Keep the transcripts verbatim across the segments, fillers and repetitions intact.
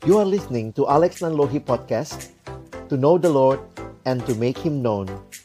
You are listening to Alex Nanlohi Podcast, to know the Lord and to make Him known.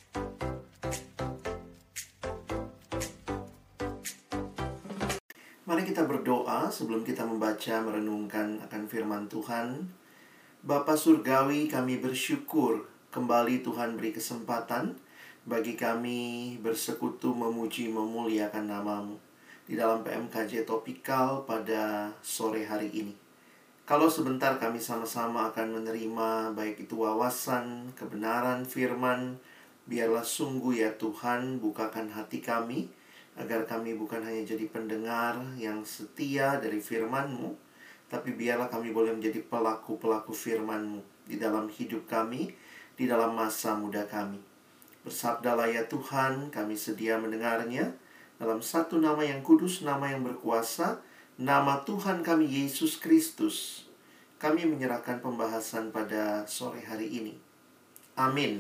Mari kita berdoa sebelum kita membaca merenungkan akan firman Tuhan. Bapa Surgawi, kami bersyukur kembali Tuhan beri kesempatan bagi kami bersekutu memuji memuliakan nama-Mu di dalam P M K J Topikal pada sore hari ini. Kalau sebentar kami sama-sama akan menerima baik itu wawasan, kebenaran firman, biarlah sungguh ya Tuhan bukakan hati kami, agar kami bukan hanya jadi pendengar yang setia dari firman-Mu, tapi biarlah kami boleh menjadi pelaku-pelaku firman-Mu di dalam hidup kami, di dalam masa muda kami. Bersabdalah ya Tuhan, kami sedia mendengarnya dalam satu nama yang kudus, nama yang berkuasa, nama Tuhan kami Yesus Kristus. Kami menyerahkan pembahasan pada sore hari ini. Amin.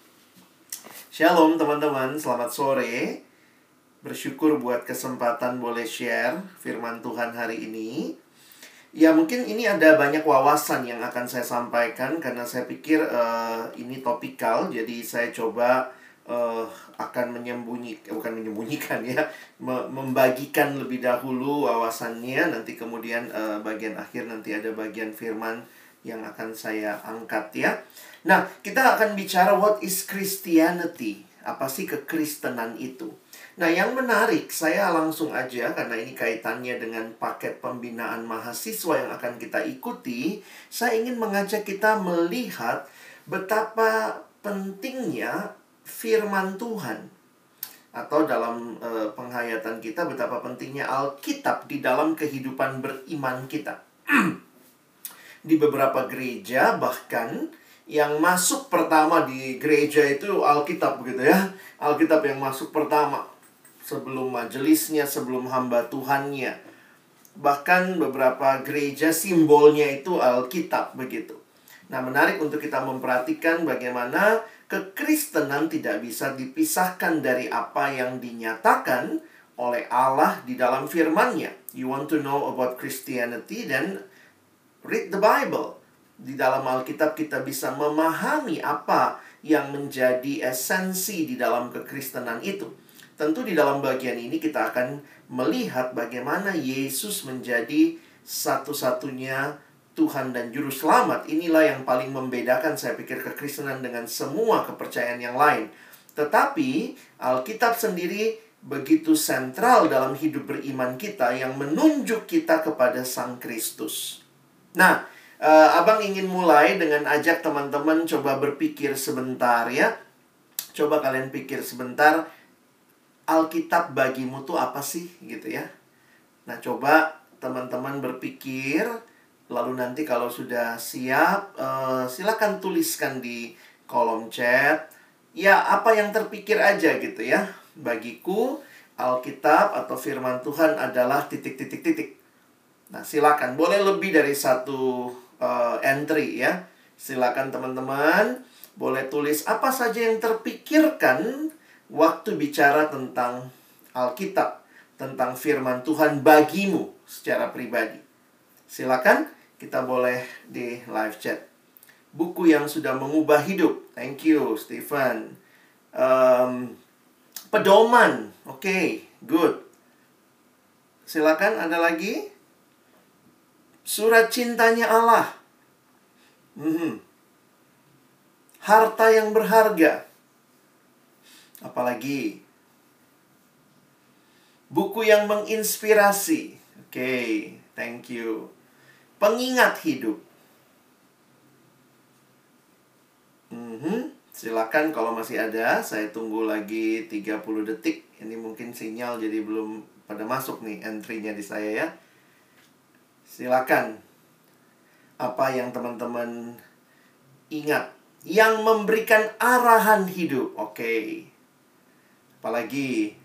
Shalom teman-teman, selamat sore. Bersyukur buat kesempatan boleh share firman Tuhan hari ini. Ya mungkin ini ada banyak wawasan yang akan saya sampaikan, karena saya pikir uh, ini topikal. Jadi saya coba Uh, akan menyembunyikan, bukan menyembunyikan ya, membagikan lebih dahulu wawasannya. Nanti kemudian uh, bagian akhir nanti ada bagian firman yang akan saya angkat ya. Nah, kita akan bicara what is Christianity. Apa sih kekristenan itu? Nah, yang menarik, saya langsung aja, karena ini kaitannya dengan paket pembinaan mahasiswa yang akan kita ikuti. Saya ingin mengajak kita melihat betapa pentingnya firman Tuhan, atau dalam e, penghayatan kita betapa pentingnya Alkitab di dalam kehidupan beriman kita. Di beberapa gereja bahkan yang masuk pertama di gereja itu Alkitab begitu ya. Alkitab yang masuk pertama sebelum majelisnya, sebelum hamba Tuhannya. Bahkan beberapa gereja simbolnya itu Alkitab begitu. Nah, menarik untuk kita memperhatikan bagaimana kekristenan tidak bisa dipisahkan dari apa yang dinyatakan oleh Allah di dalam firman-Nya. You want to know about Christianity, then read the Bible. Di dalam Alkitab kita bisa memahami apa yang menjadi esensi di dalam kekristenan itu. Tentu di dalam bagian ini kita akan melihat bagaimana Yesus menjadi satu-satunya Tuhan dan Juru Selamat. Inilah yang paling membedakan saya pikir kekristenan dengan semua kepercayaan yang lain. Tetapi Alkitab sendiri begitu sentral dalam hidup beriman kita, yang menunjuk kita kepada Sang Kristus. Nah, uh, Abang ingin mulai dengan ajak teman-teman coba berpikir sebentar ya. Coba kalian pikir sebentar, Alkitab bagimu tuh apa sih gitu ya. Nah, coba teman-teman berpikir. Lalu nanti kalau sudah siap, uh, silakan tuliskan di kolom chat. Ya, apa yang terpikir aja gitu ya. Bagiku, Alkitab atau firman Tuhan adalah titik-titik-titik. Nah, silakan. Boleh lebih dari satu uh, entry ya. Silakan teman-teman. Boleh tulis apa saja yang terpikirkan waktu bicara tentang Alkitab. Tentang firman Tuhan bagimu secara pribadi. Silakan. Kita boleh di live chat. Buku yang sudah mengubah hidup. Thank you, Stephen. Um, pedoman. Oke, okay, good. Silakan, ada lagi? Surat cintanya Allah. Hmm. Harta yang berharga. Apalagi? Buku yang menginspirasi. Oke, okay, thank you. Pengingat hidup. Mm-hmm. Silakan kalau masih ada. Saya tunggu lagi tiga puluh detik. Ini mungkin sinyal jadi belum pada masuk nih entry-nya di saya ya. Silakan. Apa yang teman-teman ingat? Yang memberikan arahan hidup. Oke. Okay. Apalagi?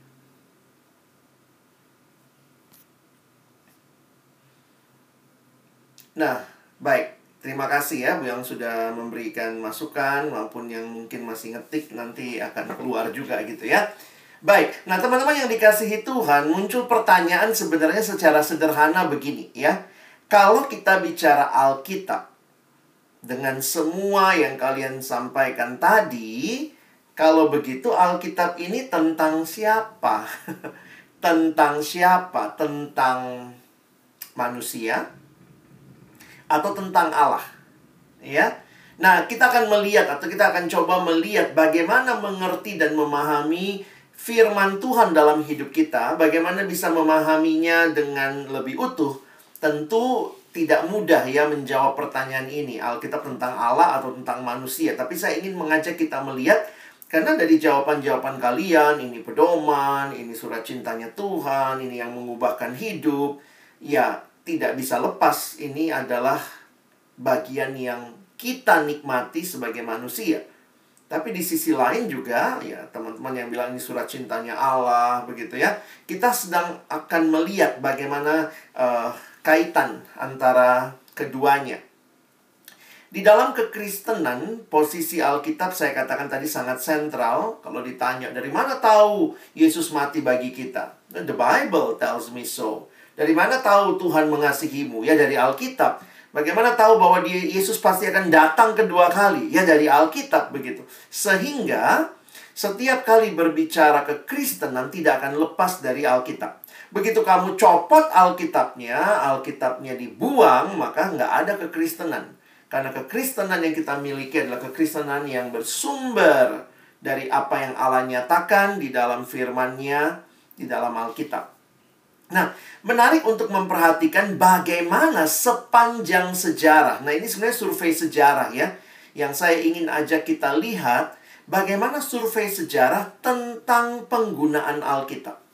Nah, baik. Terima kasih ya yang sudah memberikan masukan, maupun yang mungkin masih ngetik nanti akan keluar juga gitu ya. Baik, nah teman-teman yang dikasihi Tuhan, muncul pertanyaan sebenarnya secara sederhana begini ya. Kalau kita bicara Alkitab, dengan semua yang kalian sampaikan tadi, kalau begitu Alkitab ini tentang siapa? Tentang siapa? Tentang manusia atau tentang Allah? Ya. Nah, kita akan melihat atau kita akan coba melihat bagaimana mengerti dan memahami firman Tuhan dalam hidup kita, bagaimana bisa memahaminya dengan lebih utuh. Tentu tidak mudah ya menjawab pertanyaan ini, Alkitab tentang Allah atau tentang manusia. Tapi saya ingin mengajak kita melihat, karena dari jawaban-jawaban kalian, ini pedoman, ini surat cintanya Tuhan, ini yang mengubahkan hidup, ya tidak bisa lepas, ini adalah bagian yang kita nikmati sebagai manusia. Tapi di sisi lain juga, ya teman-teman yang bilang ini surat cintanya Allah, begitu ya. Kita sedang akan melihat bagaimana uh, kaitan antara keduanya. Di dalam kekristenan, posisi Alkitab saya katakan tadi sangat sentral. Kalau ditanya, dari mana tahu Yesus mati bagi kita? The Bible tells me so. Dari mana tahu Tuhan mengasihimu? Ya dari Alkitab. Bagaimana tahu bahwa dia, Yesus pasti akan datang kedua kali? Ya dari Alkitab begitu. Sehingga setiap kali berbicara kekristenan tidak akan lepas dari Alkitab. Begitu kamu copot Alkitabnya, Alkitabnya dibuang, maka nggak ada kekristenan. Karena kekristenan yang kita miliki adalah kekristenan yang bersumber dari apa yang Allah nyatakan di dalam firman-Nya, di dalam Alkitab. Nah, menarik untuk memperhatikan bagaimana sepanjang sejarah. Nah, ini sebenarnya survei sejarah ya. Yang saya ingin ajak kita lihat bagaimana survei sejarah tentang penggunaan Alkitab.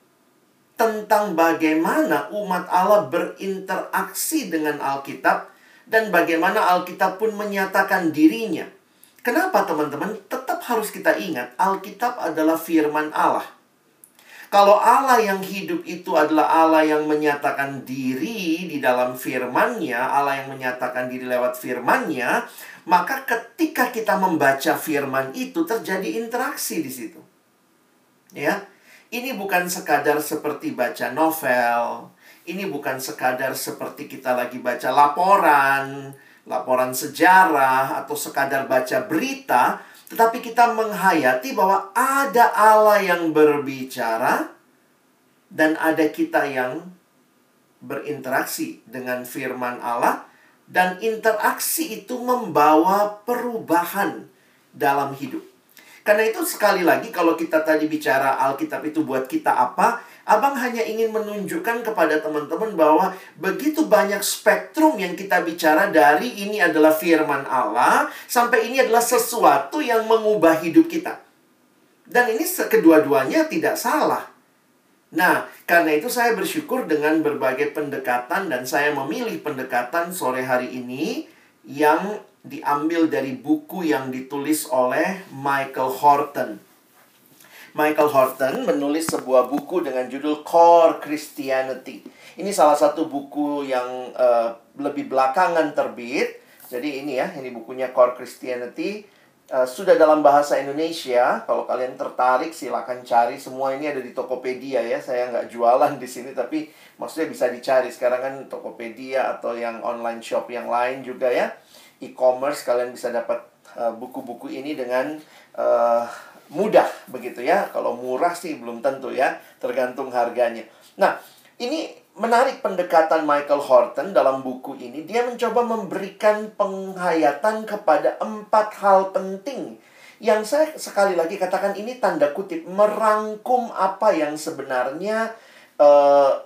Tentang bagaimana umat Allah berinteraksi dengan Alkitab dan bagaimana Alkitab pun menyatakan dirinya. Kenapa teman-teman? Tetap harus kita ingat, Alkitab adalah firman Allah. Kalau Allah yang hidup itu adalah Allah yang menyatakan diri di dalam firman-Nya, Allah yang menyatakan diri lewat firman-Nya, maka ketika kita membaca firman itu terjadi interaksi di situ. Ya. Ini bukan sekadar seperti baca novel, ini bukan sekadar seperti kita lagi baca laporan, laporan sejarah atau sekadar baca berita. Tetapi kita menghayati bahwa ada Allah yang berbicara dan ada kita yang berinteraksi dengan firman Allah. Dan interaksi itu membawa perubahan dalam hidup. Karena itu sekali lagi kalau kita tadi bicara Alkitab itu buat kita apa? Abang hanya ingin menunjukkan kepada teman-teman bahwa begitu banyak spektrum yang kita bicara dari ini adalah firman Allah sampai ini adalah sesuatu yang mengubah hidup kita. Dan ini kedua-duanya tidak salah. Nah, karena itu saya bersyukur dengan berbagai pendekatan dan saya memilih pendekatan sore hari ini yang diambil dari buku yang ditulis oleh Michael Horton. Michael Horton menulis sebuah buku dengan judul Core Christianity. Ini salah satu buku yang uh, lebih belakangan terbit. Jadi ini ya, ini bukunya Core Christianity. Uh, sudah dalam bahasa Indonesia. Kalau kalian tertarik silakan cari. Semua ini ada di Tokopedia ya. Saya nggak jualan di sini, tapi maksudnya bisa dicari. Sekarang kan Tokopedia atau yang online shop yang lain juga ya. E-commerce, kalian bisa dapat uh, buku-buku ini dengan uh, mudah begitu ya. Kalau murah sih belum tentu ya, tergantung harganya. Nah, ini menarik pendekatan Michael Horton dalam buku ini. Dia mencoba memberikan penghayatan kepada empat hal penting yang saya sekali lagi katakan ini tanda kutip merangkum apa yang sebenarnya uh,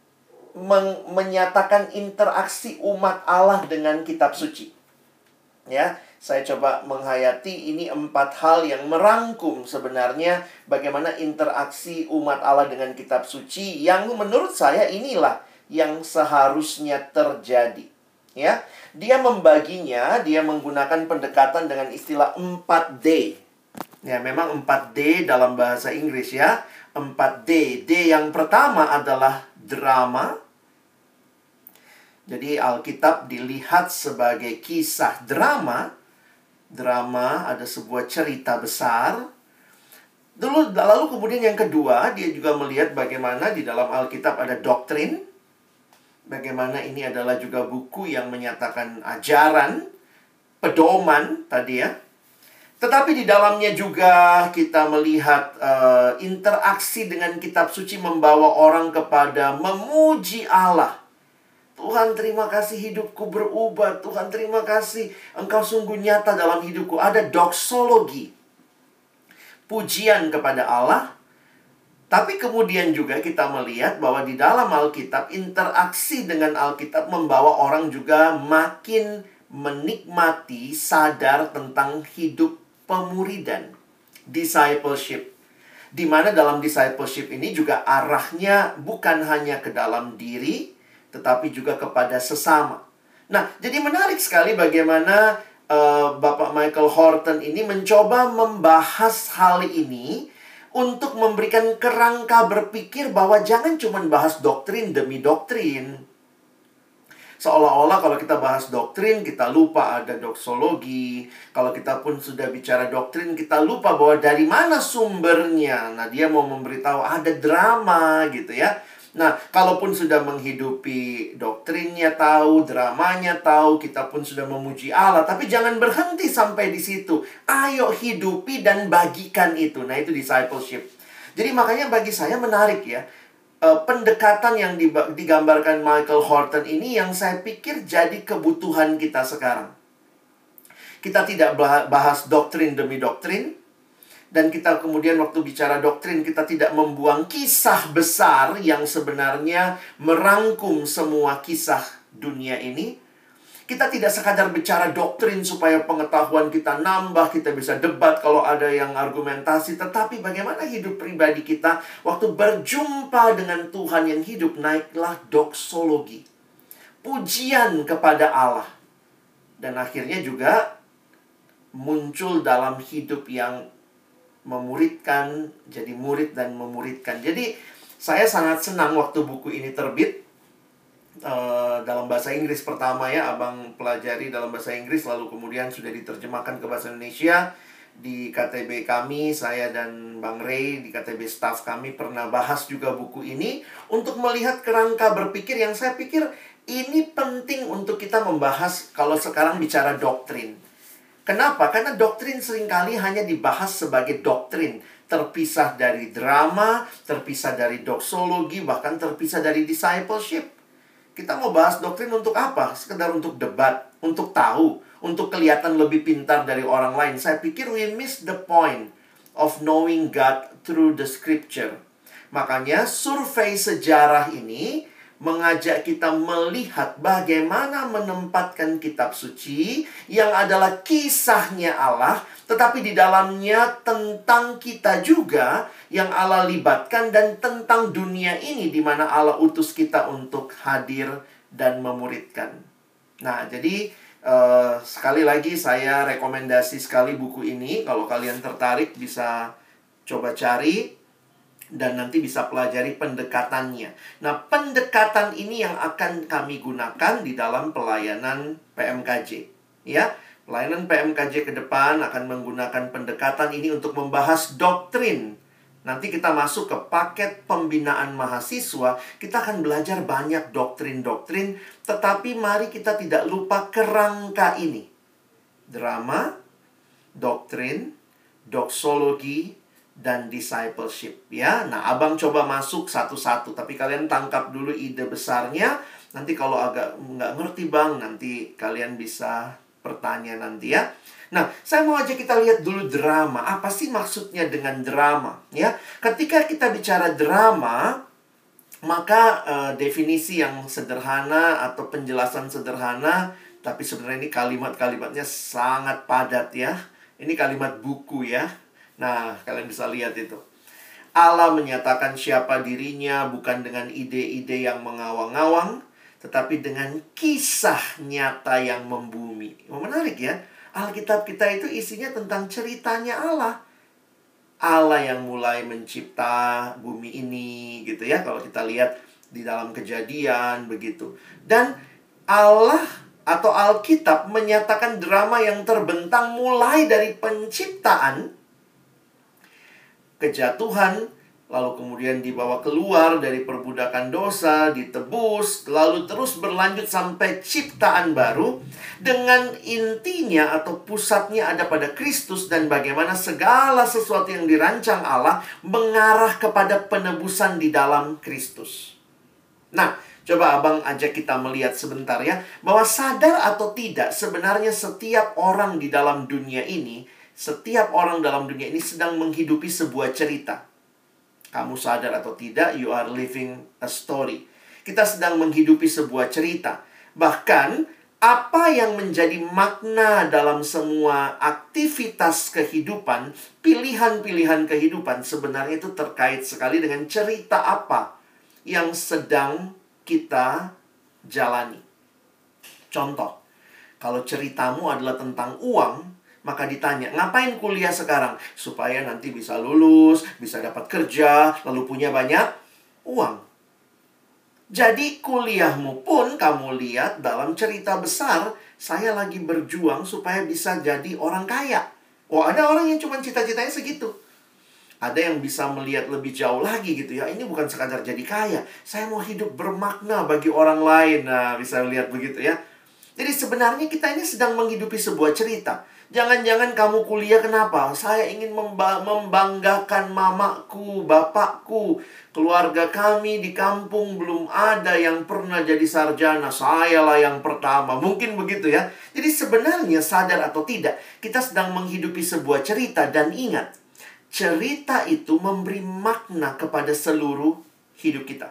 men- menyatakan interaksi umat Allah dengan kitab suci. Ya, saya coba menghayati ini empat hal yang merangkum sebenarnya bagaimana interaksi umat Allah dengan kitab suci yang menurut saya inilah yang seharusnya terjadi. Ya, dia membaginya, dia menggunakan pendekatan dengan istilah empat D. Ya, memang empat D dalam bahasa Inggris ya. empat D. D yang pertama adalah drama. Jadi Alkitab dilihat sebagai kisah drama. Drama ada sebuah cerita besar. Dulu, lalu kemudian yang kedua, dia juga melihat bagaimana di dalam Alkitab ada doktrin. bagaimana ini adalah juga buku yang menyatakan ajaran, pedoman tadi ya. Tetapi di dalamnya juga kita melihat uh, interaksi dengan kitab suci membawa orang kepada memuji Allah. Tuhan, terima kasih hidupku berubah. Tuhan, terima kasih Engkau sungguh nyata dalam hidupku. Ada doksologi, pujian kepada Allah. Tapi kemudian juga kita melihat bahwa di dalam Alkitab, interaksi dengan Alkitab membawa orang juga makin menikmati, sadar tentang hidup pemuridan, discipleship. Di mana dalam discipleship ini juga arahnya bukan hanya ke dalam diri, tetapi juga kepada sesama. Nah, jadi menarik sekali bagaimana uh, Bapak Michael Horton ini mencoba membahas hal ini untuk memberikan kerangka berpikir bahwa jangan cuma bahas doktrin demi doktrin. Seolah-olah kalau kita bahas doktrin, kita lupa ada doksologi. Kalau kita pun sudah bicara doktrin, kita lupa bahwa dari mana sumbernya. Nah, dia mau memberitahu ada drama gitu ya. Nah, kalaupun sudah menghidupi doktrinnya tahu, dramanya tahu, kita pun sudah memuji Allah. Tapi jangan berhenti sampai di situ. Ayo hidupi dan bagikan itu. Nah, itu discipleship. Jadi makanya bagi saya menarik ya. Pendekatan yang digambarkan Michael Horton ini yang saya pikir jadi kebutuhan kita sekarang. Kita tidak bahas doktrin demi doktrin. Dan kita kemudian waktu bicara doktrin, kita tidak membuang kisah besar yang sebenarnya merangkum semua kisah dunia ini. Kita tidak sekadar bicara doktrin supaya pengetahuan kita nambah, kita bisa debat kalau ada yang argumentasi. Tetapi bagaimana hidup pribadi kita waktu berjumpa dengan Tuhan yang hidup, naiklah doksologi, pujian kepada Allah. Dan akhirnya juga muncul dalam hidup yang memuridkan, jadi murid dan memuridkan. Jadi saya sangat senang waktu buku ini terbit. Uh, dalam bahasa Inggris pertama ya, Abang pelajari dalam bahasa Inggris, lalu kemudian sudah diterjemahkan ke bahasa Indonesia. Di K T B kami, saya dan Bang Ray di K T B staff kami pernah bahas juga buku ini untuk melihat kerangka berpikir yang saya pikir ini penting untuk kita membahas kalau sekarang bicara doktrin. Kenapa? Karena doktrin seringkali hanya dibahas sebagai doktrin, terpisah dari drama, terpisah dari doksologi, bahkan terpisah dari discipleship. Kita mau bahas doktrin untuk apa? Sekedar untuk debat, untuk tahu, untuk kelihatan lebih pintar dari orang lain. Saya pikir we miss the point of knowing God through the scripture. Makanya survei sejarah ini mengajak kita melihat bagaimana menempatkan kitab suci yang adalah kisahnya Allah, tetapi di dalamnya tentang kita juga yang Allah libatkan, dan tentang dunia ini di mana Allah utus kita untuk hadir dan memuridkan. Nah, jadi uh, sekali lagi saya rekomendasi sekali buku ini. Kalau kalian tertarik bisa coba cari dan nanti bisa pelajari pendekatannya. Nah, pendekatan ini yang akan kami gunakan di dalam pelayanan P M K J. Ya, pelayanan P M K J ke depan akan menggunakan pendekatan ini untuk membahas doktrin. Nanti kita masuk ke paket pembinaan mahasiswa, kita akan belajar banyak doktrin-doktrin, tetapi mari kita tidak lupa kerangka ini. Drama, doktrin, doksologi, dan discipleship ya. Nah, Abang coba masuk satu-satu, tapi kalian tangkap dulu ide besarnya. Nanti kalau agak nggak ngerti Bang, nanti kalian bisa bertanya nanti ya. Nah, saya mau aja kita lihat dulu drama. Apa sih maksudnya dengan drama ya? Ketika kita bicara drama, maka uh, definisi yang sederhana atau penjelasan sederhana, tapi sebenarnya ini kalimat-kalimatnya sangat padat ya. Ini kalimat buku ya. Nah, kalian bisa lihat itu. Allah menyatakan siapa dirinya bukan dengan ide-ide yang mengawang-awang, tetapi dengan kisah nyata yang membumi. Oh, menarik ya. Alkitab kita itu isinya tentang ceritanya Allah. Allah yang mulai mencipta bumi ini gitu ya. Kalau kita lihat di dalam Kejadian begitu. Dan Allah atau Alkitab menyatakan drama yang terbentang mulai dari penciptaan, kejatuhan, lalu kemudian dibawa keluar dari perbudakan dosa, ditebus, lalu terus berlanjut sampai ciptaan baru, dengan intinya atau pusatnya ada pada Kristus dan bagaimana segala sesuatu yang dirancang Allah mengarah kepada penebusan di dalam Kristus. Nah, coba abang ajak kita melihat sebentar ya, bahwa sadar atau tidak, sebenarnya setiap orang di dalam dunia ini, setiap orang dalam dunia ini sedang menghidupi sebuah cerita. Kamu sadar atau tidak, you are living a story. Kita sedang menghidupi sebuah cerita. Bahkan, apa yang menjadi makna dalam semua aktivitas kehidupan, pilihan-pilihan kehidupan, sebenarnya itu terkait sekali dengan cerita apa yang sedang kita jalani. Contoh, kalau ceritamu adalah tentang uang, maka ditanya, ngapain kuliah sekarang? Supaya nanti bisa lulus, bisa dapat kerja, lalu punya banyak uang. Jadi kuliahmu pun kamu lihat dalam cerita besar, saya lagi berjuang supaya bisa jadi orang kaya. Oh, ada orang yang cuma cita-citanya segitu. Ada yang bisa melihat lebih jauh lagi gitu ya. Ini bukan sekadar jadi kaya, saya mau hidup bermakna bagi orang lain. Nah, bisa lihat begitu ya. Jadi sebenarnya kita ini sedang menghidupi sebuah cerita. Jangan-jangan kamu kuliah kenapa? Saya ingin memba- membanggakan mamaku, bapakku. Keluarga kami di kampung belum ada yang pernah jadi sarjana. Sayalah yang pertama. Mungkin begitu ya. Jadi sebenarnya sadar atau tidak, kita sedang menghidupi sebuah cerita. Dan ingat, cerita itu memberi makna kepada seluruh hidup kita.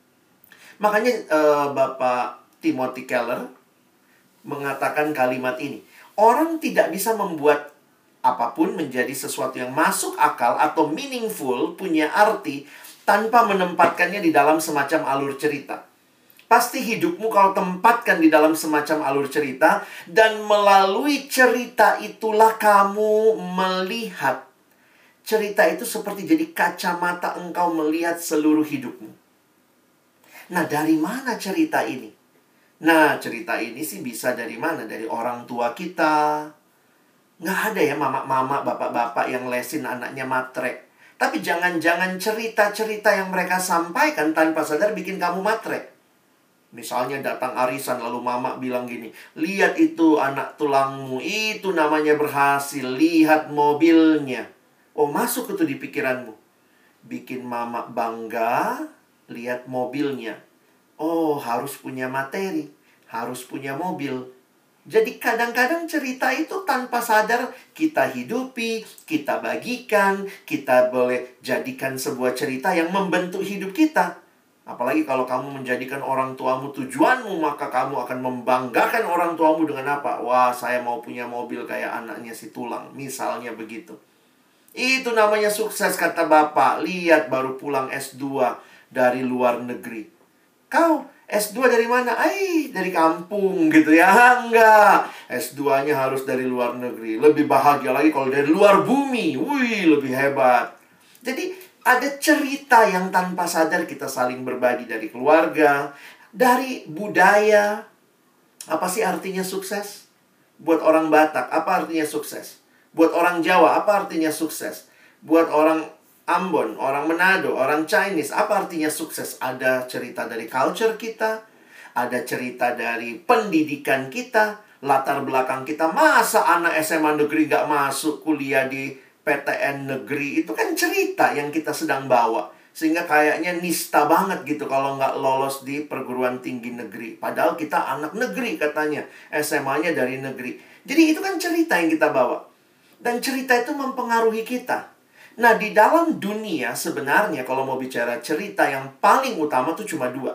Makanya uh, Bapak Timothy Keller mengatakan kalimat ini. Orang tidak bisa membuat apapun menjadi sesuatu yang masuk akal atau meaningful, punya arti, tanpa menempatkannya di dalam semacam alur cerita. Pasti hidupmu kalau tempatkan di dalam semacam alur cerita, dan melalui cerita itulah kamu melihat. Cerita itu seperti jadi kacamata engkau melihat seluruh hidupmu. Nah, dari mana cerita ini? Nah, cerita ini sih bisa dari mana? Dari orang tua kita. Nggak ada ya mama-mama, bapak-bapak yang lesin anaknya matre. Tapi jangan-jangan cerita-cerita yang mereka sampaikan tanpa sadar bikin kamu matre. Misalnya datang arisan lalu mama bilang gini, lihat itu anak tulangmu, itu namanya berhasil, lihat mobilnya. Oh, masuk itu di pikiranmu. Bikin mama bangga, lihat mobilnya. Oh, harus punya materi, harus punya mobil. Jadi kadang-kadang cerita itu tanpa sadar kita hidupi, kita bagikan, kita boleh jadikan sebuah cerita yang membentuk hidup kita. Apalagi kalau kamu menjadikan orang tuamu tujuanmu, maka kamu akan membanggakan orang tuamu dengan apa? Wah, saya mau punya mobil kayak anaknya si tulang, misalnya begitu. Itu namanya sukses, kata bapak. Lihat, baru pulang S dua dari luar negeri. Kau S dua dari mana? Ai, dari kampung gitu ya. Enggak, S dua-nya harus dari luar negeri. Lebih bahagia lagi kalau dari luar bumi. Wih, lebih hebat. Jadi ada cerita yang tanpa sadar kita saling berbagi, dari keluarga, dari budaya. Apa sih artinya sukses? Buat orang Batak, apa artinya sukses? Buat orang Jawa, apa artinya sukses? Buat orang Ambon, orang Manado, orang Chinese, apa artinya sukses? Ada cerita dari culture kita, ada cerita dari pendidikan kita, latar belakang kita. Masa anak S M A negeri gak masuk kuliah di P T N negeri? Itu kan cerita yang kita sedang bawa. Sehingga kayaknya nista banget gitu kalau nggak lolos di perguruan tinggi negeri. Padahal kita anak negeri katanya, S M A-nya dari negeri. Jadi itu kan cerita yang kita bawa. Dan cerita itu mempengaruhi kita. Nah, di dalam dunia sebenarnya kalau mau bicara cerita yang paling utama tuh cuma dua.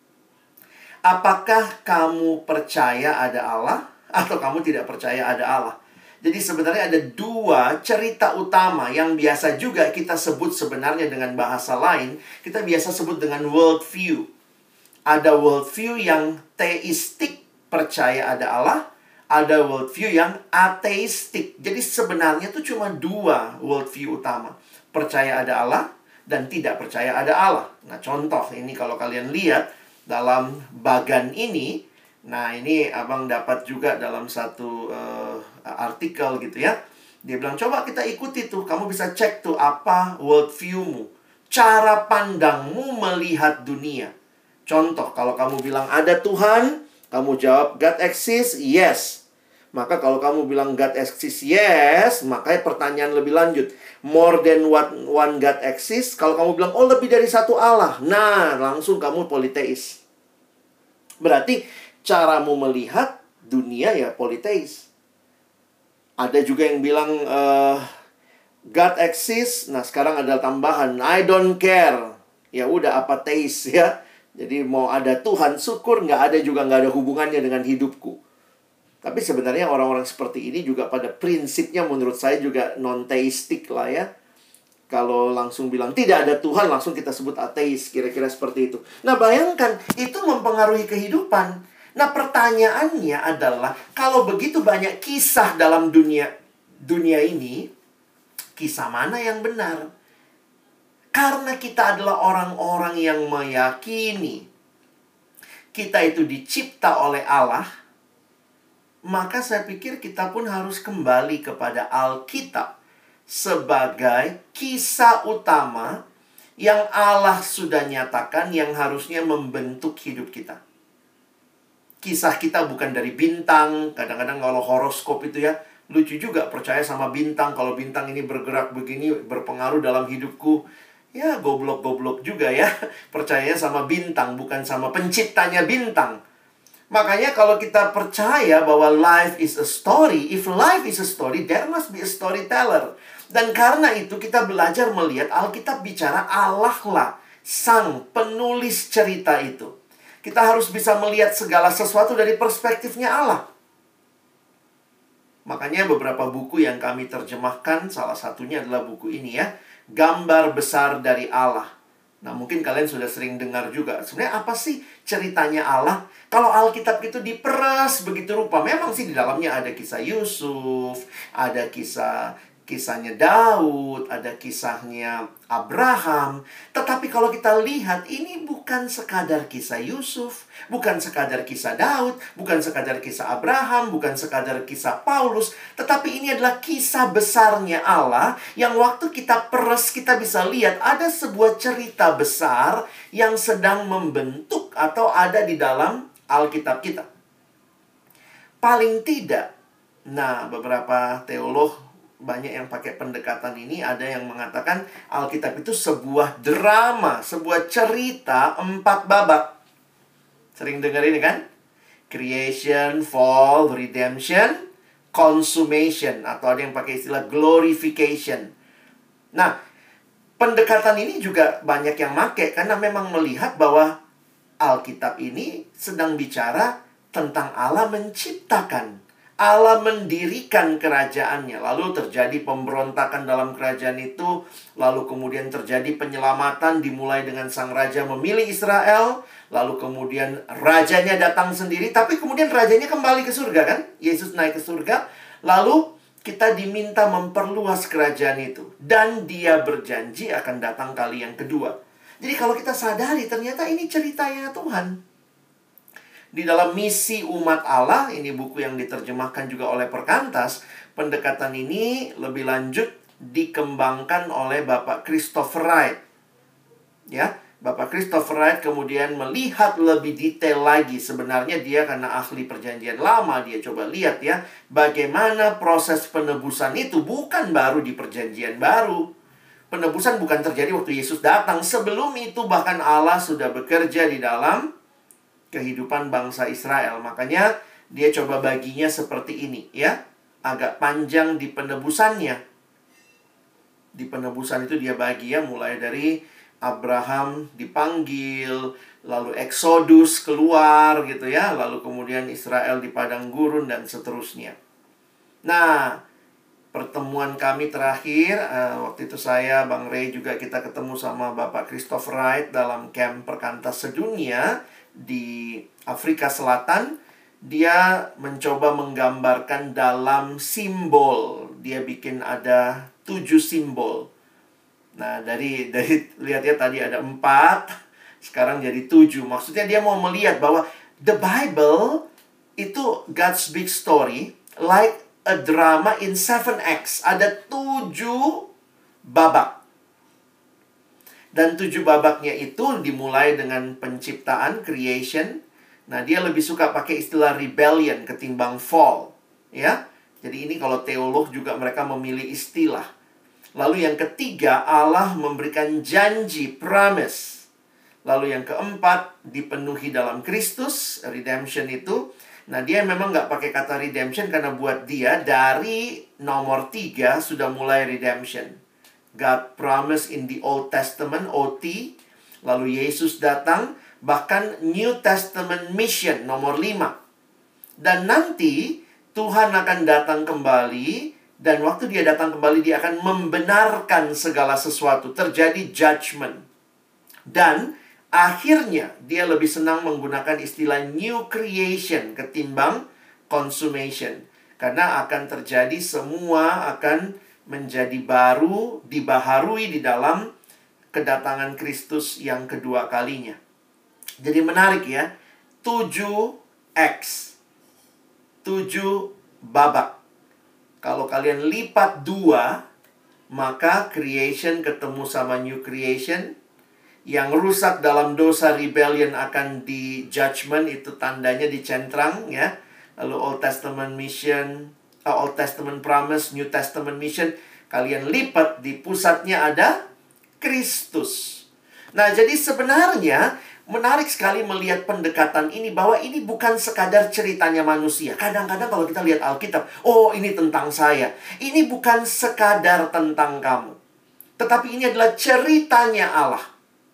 Apakah kamu percaya ada Allah atau kamu tidak percaya ada Allah? Jadi sebenarnya ada dua cerita utama yang biasa juga kita sebut sebenarnya dengan bahasa lain. Kita biasa sebut dengan world view. Ada world view yang teistik, percaya ada Allah. Ada worldview yang ateistik. Jadi sebenarnya itu cuma dua worldview utama. Percaya ada Allah dan tidak percaya ada Allah. Nah, contoh ini kalau kalian lihat dalam bagan ini. Nah, ini abang dapat juga dalam satu uh, artikel gitu ya. Dia bilang, coba kita ikuti tuh. Kamu bisa cek tuh apa worldview-mu. cara pandangmu melihat dunia. Contoh, kalau kamu bilang ada Tuhan, kamu jawab God exists, yes. Maka kalau kamu bilang God exists, yes, makanya pertanyaan lebih lanjut. More than one, one God exists. Kalau kamu bilang, oh lebih dari satu Allah. Nah, langsung kamu politeis. Berarti caramu melihat dunia ya politeis. Ada juga yang bilang, uh, God exists. Nah, sekarang ada tambahan, I don't care. Ya udah apateis ya. Jadi mau ada Tuhan, syukur, nggak ada juga nggak ada hubungannya dengan hidupku. Tapi sebenarnya orang-orang seperti ini juga pada prinsipnya menurut saya juga non-teistik lah ya. Kalau langsung bilang tidak ada Tuhan, langsung kita sebut ateis, kira-kira seperti itu. Nah bayangkan, itu mempengaruhi kehidupan. Nah pertanyaannya adalah, kalau begitu banyak kisah dalam dunia dunia ini, kisah mana yang benar? Karena kita adalah orang-orang yang meyakini kita itu dicipta oleh Allah, maka saya pikir kita pun harus kembali kepada Alkitab sebagai kisah utama yang Allah sudah nyatakan yang harusnya membentuk hidup kita. Kisah kita bukan dari bintang. Kadang-kadang kalau horoskop itu ya, lucu juga percaya sama bintang. Kalau bintang ini bergerak begini, berpengaruh dalam hidupku. Ya, goblok-goblok juga ya. Percayanya sama bintang, bukan sama penciptanya bintang. Makanya kalau kita percaya bahwa life is a story, if life is a story, there must be a storyteller. Dan karena itu kita belajar melihat Alkitab bicara Allah lah, sang penulis cerita itu. Kita harus bisa melihat segala sesuatu dari perspektifnya Allah. Makanya beberapa buku yang kami terjemahkan, salah satunya adalah buku ini ya, Gambar Besar dari Allah. Nah mungkin kalian sudah sering dengar juga. Sebenarnya apa sih ceritanya Allah? Kalau Alkitab itu diperas begitu rupa. Memang sih di dalamnya ada kisah Yusuf, ada kisah kisahnya Daud, ada kisahnya Abraham. Tetapi kalau kita lihat, ini bukan sekadar kisah Yusuf, bukan sekadar kisah Daud, bukan sekadar kisah Abraham, bukan sekadar kisah Paulus, tetapi ini adalah kisah besarnya Allah yang waktu kita peres, kita bisa lihat ada sebuah cerita besar yang sedang membentuk atau ada di dalam Alkitab kita. Paling tidak, nah beberapa teolog banyak yang pakai pendekatan ini. Ada yang mengatakan Alkitab itu sebuah drama, sebuah cerita empat babak. Sering dengar ini kan? Creation, fall, redemption, consummation. Atau ada yang pakai istilah glorification. Nah, pendekatan ini juga banyak yang pakai karena memang melihat bahwa Alkitab ini sedang bicara tentang Allah menciptakan, Allah mendirikan kerajaannya. Lalu terjadi pemberontakan dalam kerajaan itu. Lalu kemudian terjadi penyelamatan. Dimulai dengan sang raja memilih Israel. Lalu kemudian rajanya datang sendiri. Tapi kemudian rajanya kembali ke surga kan? Yesus naik ke surga. Lalu kita diminta memperluas kerajaan itu. Dan dia berjanji akan datang kali yang kedua. Jadi kalau kita sadari ternyata ini ceritanya Tuhan. Di dalam misi umat Allah, ini buku yang diterjemahkan juga oleh Perkantas, pendekatan ini lebih lanjut dikembangkan oleh Bapak Christopher Wright. Ya, Bapak Christopher Wright kemudian melihat lebih detail lagi. Sebenarnya dia karena ahli perjanjian lama, dia coba lihat ya, bagaimana proses penebusan itu bukan baru di perjanjian baru. Penebusan bukan terjadi waktu Yesus datang. Sebelum itu bahkan Allah sudah bekerja di dalam kehidupan bangsa Israel. Makanya dia coba baginya seperti ini ya. Agak panjang di penebusannya. Di penebusan itu dia bagi ya, mulai dari Abraham dipanggil, lalu Exodus keluar gitu ya, lalu kemudian Israel di padang gurun dan seterusnya. Nah, pertemuan kami terakhir, uh, waktu itu saya, Bang Ray juga kita ketemu sama Bapak Christopher Wright dalam camp Perkantas Sedunia di Afrika Selatan. Dia mencoba menggambarkan dalam simbol. Dia bikin ada tujuh simbol. Nah, dari dari lihat ya, tadi ada empat, sekarang jadi tujuh. Maksudnya dia mau melihat bahwa the Bible itu God's big story, like a drama in seven acts. Ada tujuh babak. Dan tujuh babaknya itu dimulai dengan penciptaan, creation. Nah, dia lebih suka pakai istilah rebellion ketimbang fall. Ya, jadi ini kalau teolog juga mereka memilih istilah. Lalu yang ketiga, Allah memberikan janji, promise. Lalu yang keempat, dipenuhi dalam Kristus, redemption itu. Nah, dia memang nggak pakai kata redemption karena buat dia dari nomor tiga sudah mulai redemption. God promise in the Old Testament, O T. Lalu Yesus datang, bahkan New Testament mission, nomor lima. Dan nanti Tuhan akan datang kembali, dan waktu dia datang kembali, dia akan membenarkan segala sesuatu. Terjadi judgment. Dan akhirnya, dia lebih senang menggunakan istilah new creation ketimbang consummation. Karena akan terjadi semua akan menjadi baru, dibaharui di dalam kedatangan Kristus yang kedua kalinya. Jadi menarik ya. tujuh X. tujuh babak. Kalau kalian lipat dua, maka creation ketemu sama new creation. Yang rusak dalam dosa rebellion akan di judgment, itu tandanya dicentrang ya. Lalu Old Testament mission, Old Testament promise, New Testament mission, kalian lipat, di pusatnya ada Kristus. Nah, jadi sebenarnya menarik sekali melihat pendekatan ini, bahwa ini bukan sekadar ceritanya manusia. Kadang-kadang kalau kita lihat Alkitab, oh ini tentang saya. Ini bukan sekadar tentang kamu. Tetapi ini adalah ceritanya Allah.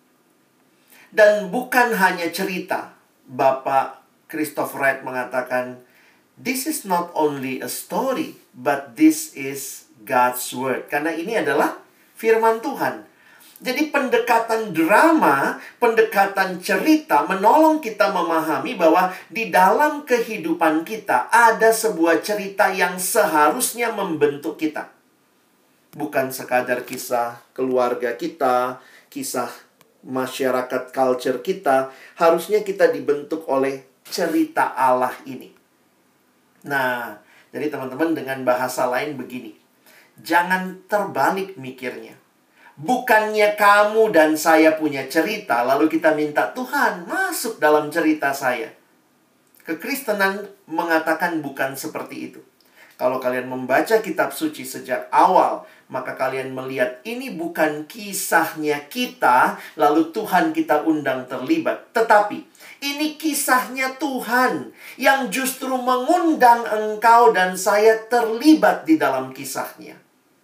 Dan bukan hanya cerita. Bapak Christoph Wright mengatakan, this is not only a story, but this is God's word. Karena ini adalah firman Tuhan. Jadi pendekatan drama, pendekatan cerita menolong kita memahami bahwa di dalam kehidupan kita ada sebuah cerita yang seharusnya membentuk kita. Bukan sekadar kisah keluarga kita, kisah masyarakat culture kita. Harusnya kita dibentuk oleh cerita Allah ini. Nah, jadi teman-teman, dengan bahasa lain begini. Jangan terbalik mikirnya. Bukannya kamu dan saya punya cerita, lalu kita minta Tuhan masuk dalam cerita saya. Kekristenan mengatakan bukan seperti itu. Kalau kalian membaca kitab suci sejak awal, maka kalian melihat ini bukan kisahnya kita, lalu Tuhan kita undang terlibat. Tetapi ini kisahnya Tuhan yang justru mengundang engkau dan saya terlibat di dalam kisahnya.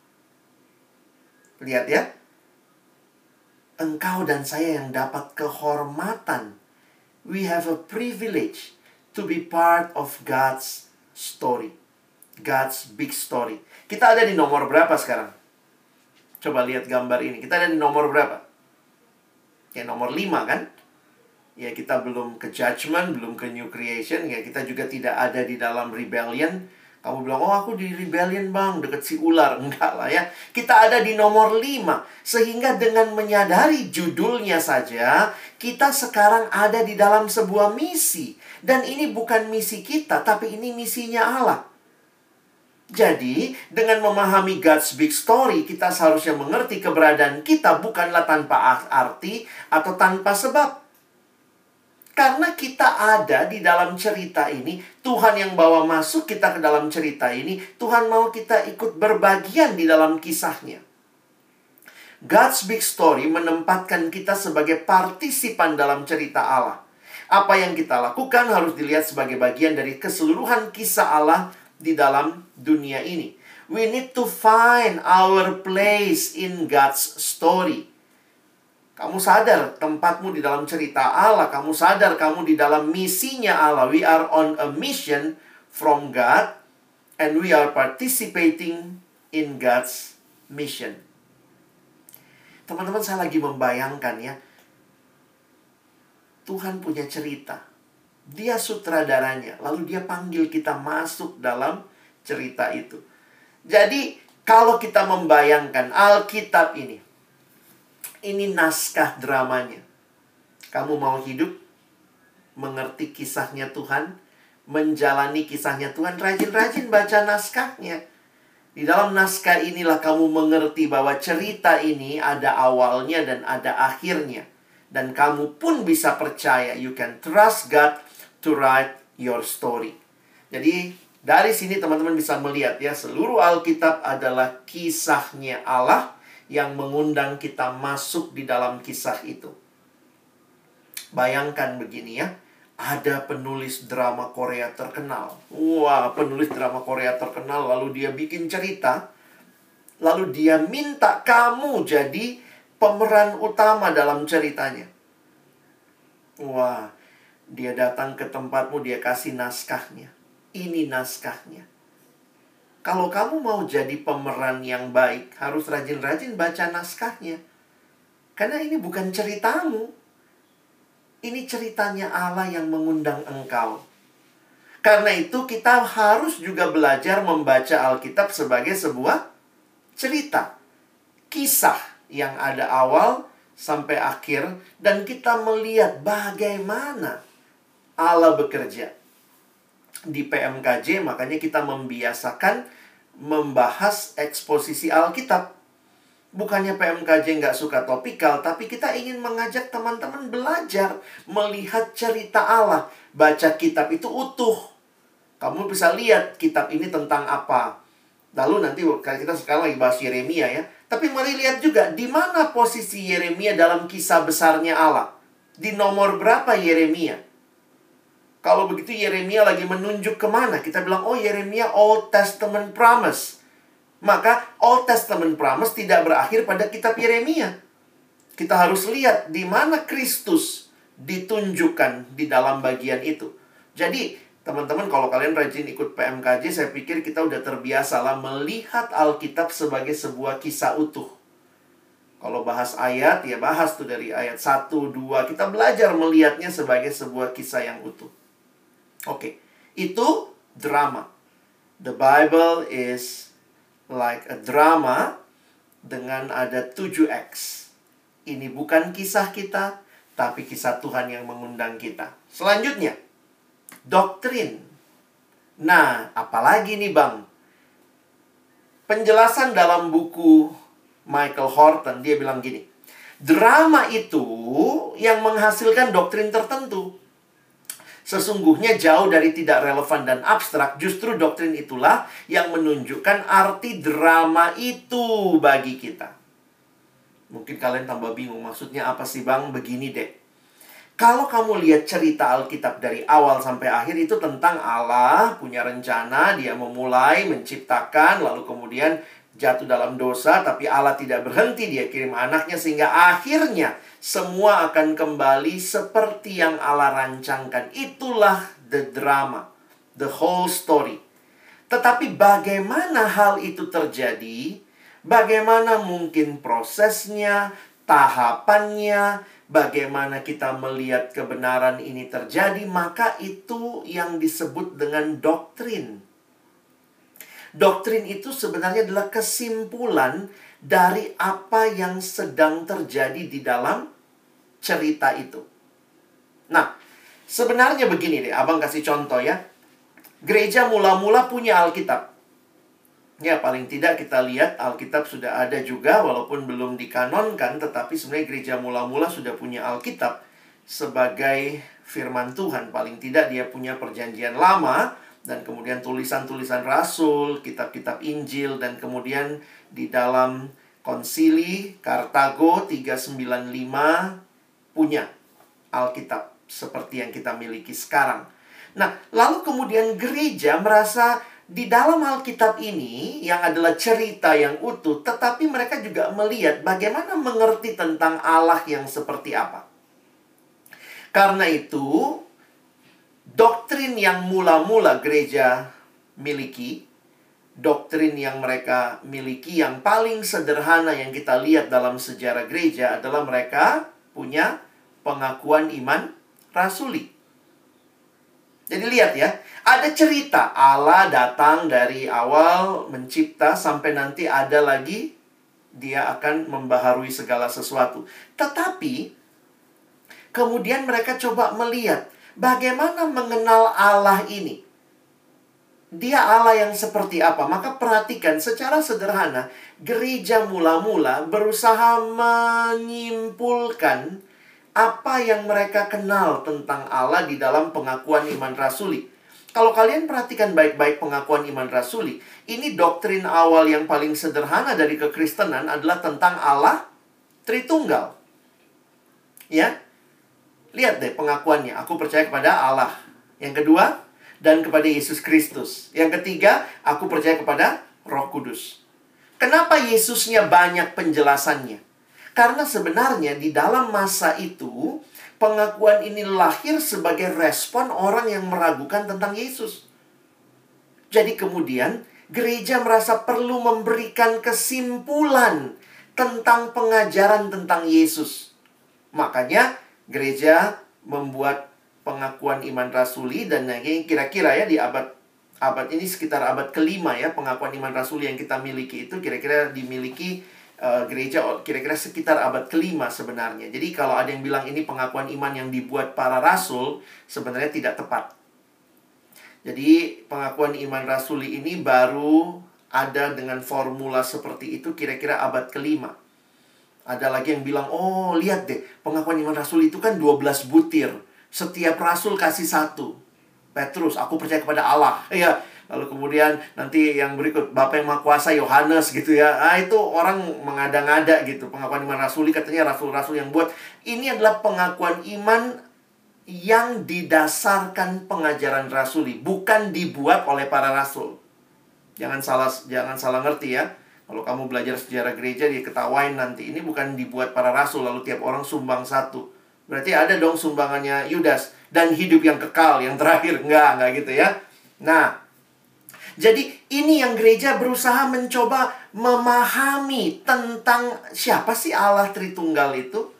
Lihat ya. Engkau dan saya yang dapat kehormatan. We have a privilege to be part of God's story. God's big story. Kita ada di nomor berapa sekarang? Coba lihat gambar ini. Kita ada di nomor berapa? Ya, nomor lima kan? Ya, kita belum ke judgment, belum ke new creation. Ya, kita juga tidak ada di dalam rebellion. Kamu bilang, oh aku di rebellion bang, deket si ular. Enggak lah ya. Kita ada di nomor lima. Sehingga dengan menyadari judulnya saja, kita sekarang ada di dalam sebuah misi. Dan ini bukan misi kita, tapi ini misinya Allah. Jadi, dengan memahami God's big story, kita seharusnya mengerti keberadaan kita bukanlah tanpa arti atau tanpa sebab. Karena kita ada di dalam cerita ini, Tuhan yang bawa masuk kita ke dalam cerita ini, Tuhan mau kita ikut berbagian di dalam kisahnya. God's big story menempatkan kita sebagai partisipan dalam cerita Allah. Apa yang kita lakukan harus dilihat sebagai bagian dari keseluruhan kisah Allah di dalam dunia ini. We need to find our place in God's story. Kamu sadar tempatmu di dalam cerita Allah. Kamu sadar kamu di dalam misinya Allah. We are on a mission from God. And we are participating in God's mission. Teman-teman, saya lagi membayangkan ya. Tuhan punya cerita. Dia sutradaranya, lalu dia panggil kita masuk dalam cerita itu. Jadi, kalau kita membayangkan Alkitab ini, ini naskah dramanya. Kamu mau hidup, mengerti kisahnya Tuhan, menjalani kisahnya Tuhan, rajin-rajin baca naskahnya. Di dalam naskah inilah kamu mengerti bahwa cerita ini ada awalnya dan ada akhirnya. Dan kamu pun bisa percaya, you can trust God to write your story. Jadi dari sini teman-teman bisa melihat ya, seluruh Alkitab adalah kisahnya Allah yang mengundang kita masuk di dalam kisah itu. Bayangkan begini ya, ada penulis drama Korea terkenal. Wah, penulis drama Korea terkenal, lalu dia bikin cerita. Lalu dia minta kamu jadi pemeran utama dalam ceritanya. Wah, dia datang ke tempatmu, dia kasih naskahnya. Ini naskahnya. Kalau kamu mau jadi pemeran yang baik, harus rajin-rajin baca naskahnya. Karena ini bukan ceritamu. Ini ceritanya Allah yang mengundang engkau. Karena itu kita harus juga belajar membaca Alkitab sebagai sebuah cerita. Kisah yang ada awal sampai akhir. Dan kita melihat bagaimana Allah bekerja. Di P M K J makanya kita membiasakan membahas eksposisi Alkitab. Bukannya P M K J nggak suka topikal, tapi kita ingin mengajak teman-teman belajar melihat cerita Allah. Baca kitab itu utuh. Kamu bisa lihat kitab ini tentang apa. Lalu nanti kita sekarang lagi bahas Yeremia ya. Tapi mari lihat juga di mana posisi Yeremia dalam kisah besarnya Allah. Di nomor berapa Yeremia? Kalau begitu Yeremia lagi menunjuk kemana? Kita bilang, oh Yeremia Old Testament Promise. Maka Old Testament Promise tidak berakhir pada kitab Yeremia. Kita harus lihat di mana Kristus ditunjukkan di dalam bagian itu. Jadi, teman-teman kalau kalian rajin ikut P M K J, saya pikir kita udah terbiasa lah melihat Alkitab sebagai sebuah kisah utuh. Kalau bahas ayat, ya bahas tuh dari ayat satu, dua. Kita belajar melihatnya sebagai sebuah kisah yang utuh. Oke, itu drama. The Bible is like a drama dengan ada tujuh X. Ini bukan kisah kita, tapi kisah Tuhan yang mengundang kita. Selanjutnya, doktrin. Nah, apalagi nih Bang? Penjelasan dalam buku Michael Horton, dia bilang gini. Drama itu yang menghasilkan doktrin tertentu. Sesungguhnya jauh dari tidak relevan dan abstrak, justru doktrin itulah yang menunjukkan arti drama itu bagi kita. Mungkin kalian tambah bingung, maksudnya apa sih Bang? Begini deh. Kalau kamu lihat cerita Alkitab dari awal sampai akhir itu tentang Allah punya rencana, dia memulai menciptakan, lalu kemudian jatuh dalam dosa, tapi Allah tidak berhenti, dia kirim anaknya sehingga akhirnya semua akan kembali seperti yang Allah rancangkan. Itulah the drama, the whole story. Tetapi bagaimana hal itu terjadi? Bagaimana mungkin prosesnya, tahapannya, bagaimana kita melihat kebenaran ini terjadi? Maka itu yang disebut dengan doktrin. Doktrin itu sebenarnya adalah kesimpulan dari apa yang sedang terjadi di dalam cerita itu. Nah, sebenarnya begini deh, Abang kasih contoh ya. Gereja mula-mula punya Alkitab. Ya, paling tidak kita lihat Alkitab sudah ada juga, walaupun belum dikanonkan, tetapi sebenarnya gereja mula-mula sudah punya Alkitab sebagai firman Tuhan. Paling tidak dia punya perjanjian lama, dan kemudian tulisan-tulisan rasul, kitab-kitab Injil, dan kemudian di dalam konsili Kartago tiga sembilan lima punya Alkitab seperti yang kita miliki sekarang. Nah, lalu kemudian gereja merasa di dalam Alkitab ini yang adalah cerita yang utuh, tetapi mereka juga melihat bagaimana mengerti tentang Allah yang seperti apa. Karena itu, doktrin yang mula-mula gereja miliki, doktrin yang mereka miliki yang paling sederhana yang kita lihat dalam sejarah gereja adalah mereka punya pengakuan iman rasuli. Jadi lihat ya, ada cerita Allah datang dari awal mencipta sampai nanti ada lagi dia akan membaharui segala sesuatu. Tetapi kemudian mereka coba melihat bagaimana mengenal Allah ini. Dia Allah yang seperti apa? Maka perhatikan secara sederhana, gereja mula-mula berusaha menyimpulkan apa yang mereka kenal tentang Allah di dalam pengakuan iman rasuli. Kalau kalian perhatikan baik-baik pengakuan iman rasuli, ini doktrin awal yang paling sederhana dari kekristenan adalah tentang Allah Tritunggal. Ya, lihat deh pengakuannya. Aku percaya kepada Allah. Yang kedua, dan kepada Yesus Kristus. Yang ketiga, aku percaya kepada Roh Kudus. Kenapa Yesusnya banyak penjelasannya? Karena sebenarnya di dalam masa itu, pengakuan ini lahir sebagai respon orang yang meragukan tentang Yesus. Jadi kemudian, gereja merasa perlu memberikan kesimpulan tentang pengajaran tentang Yesus. Makanya, gereja membuat pengakuan iman rasuli, dan kira-kira ya di abad abad ini sekitar abad kelima ya, pengakuan iman rasuli yang kita miliki itu kira-kira dimiliki uh, gereja kira-kira sekitar abad kelima sebenarnya. Jadi kalau ada yang bilang ini pengakuan iman yang dibuat para rasul, sebenarnya tidak tepat. Jadi pengakuan iman rasuli ini baru ada dengan formula seperti itu kira-kira abad kelima. Ada lagi yang bilang, oh lihat deh, pengakuan iman rasuli itu kan dua belas butir. Setiap rasul kasih satu. Petrus, aku percaya kepada Allah. Ya, lalu kemudian nanti yang berikut, Bapa yang Maha Kuasa, Yohanes gitu ya. Ah, itu orang mengada-ngada gitu. Pengakuan iman rasuli katanya rasul-rasul yang buat. Ini adalah pengakuan iman yang didasarkan pengajaran rasuli, bukan dibuat oleh para rasul. Jangan salah jangan salah ngerti ya. Kalau kamu belajar sejarah gereja, diketawain nanti. Ini bukan dibuat para rasul, lalu tiap orang sumbang satu. Berarti ada dong sumbangannya Yudas. Dan hidup yang kekal, yang terakhir. Enggak, enggak gitu ya. Nah, jadi ini yang gereja berusaha mencoba memahami tentang siapa sih Allah Tritunggal itu.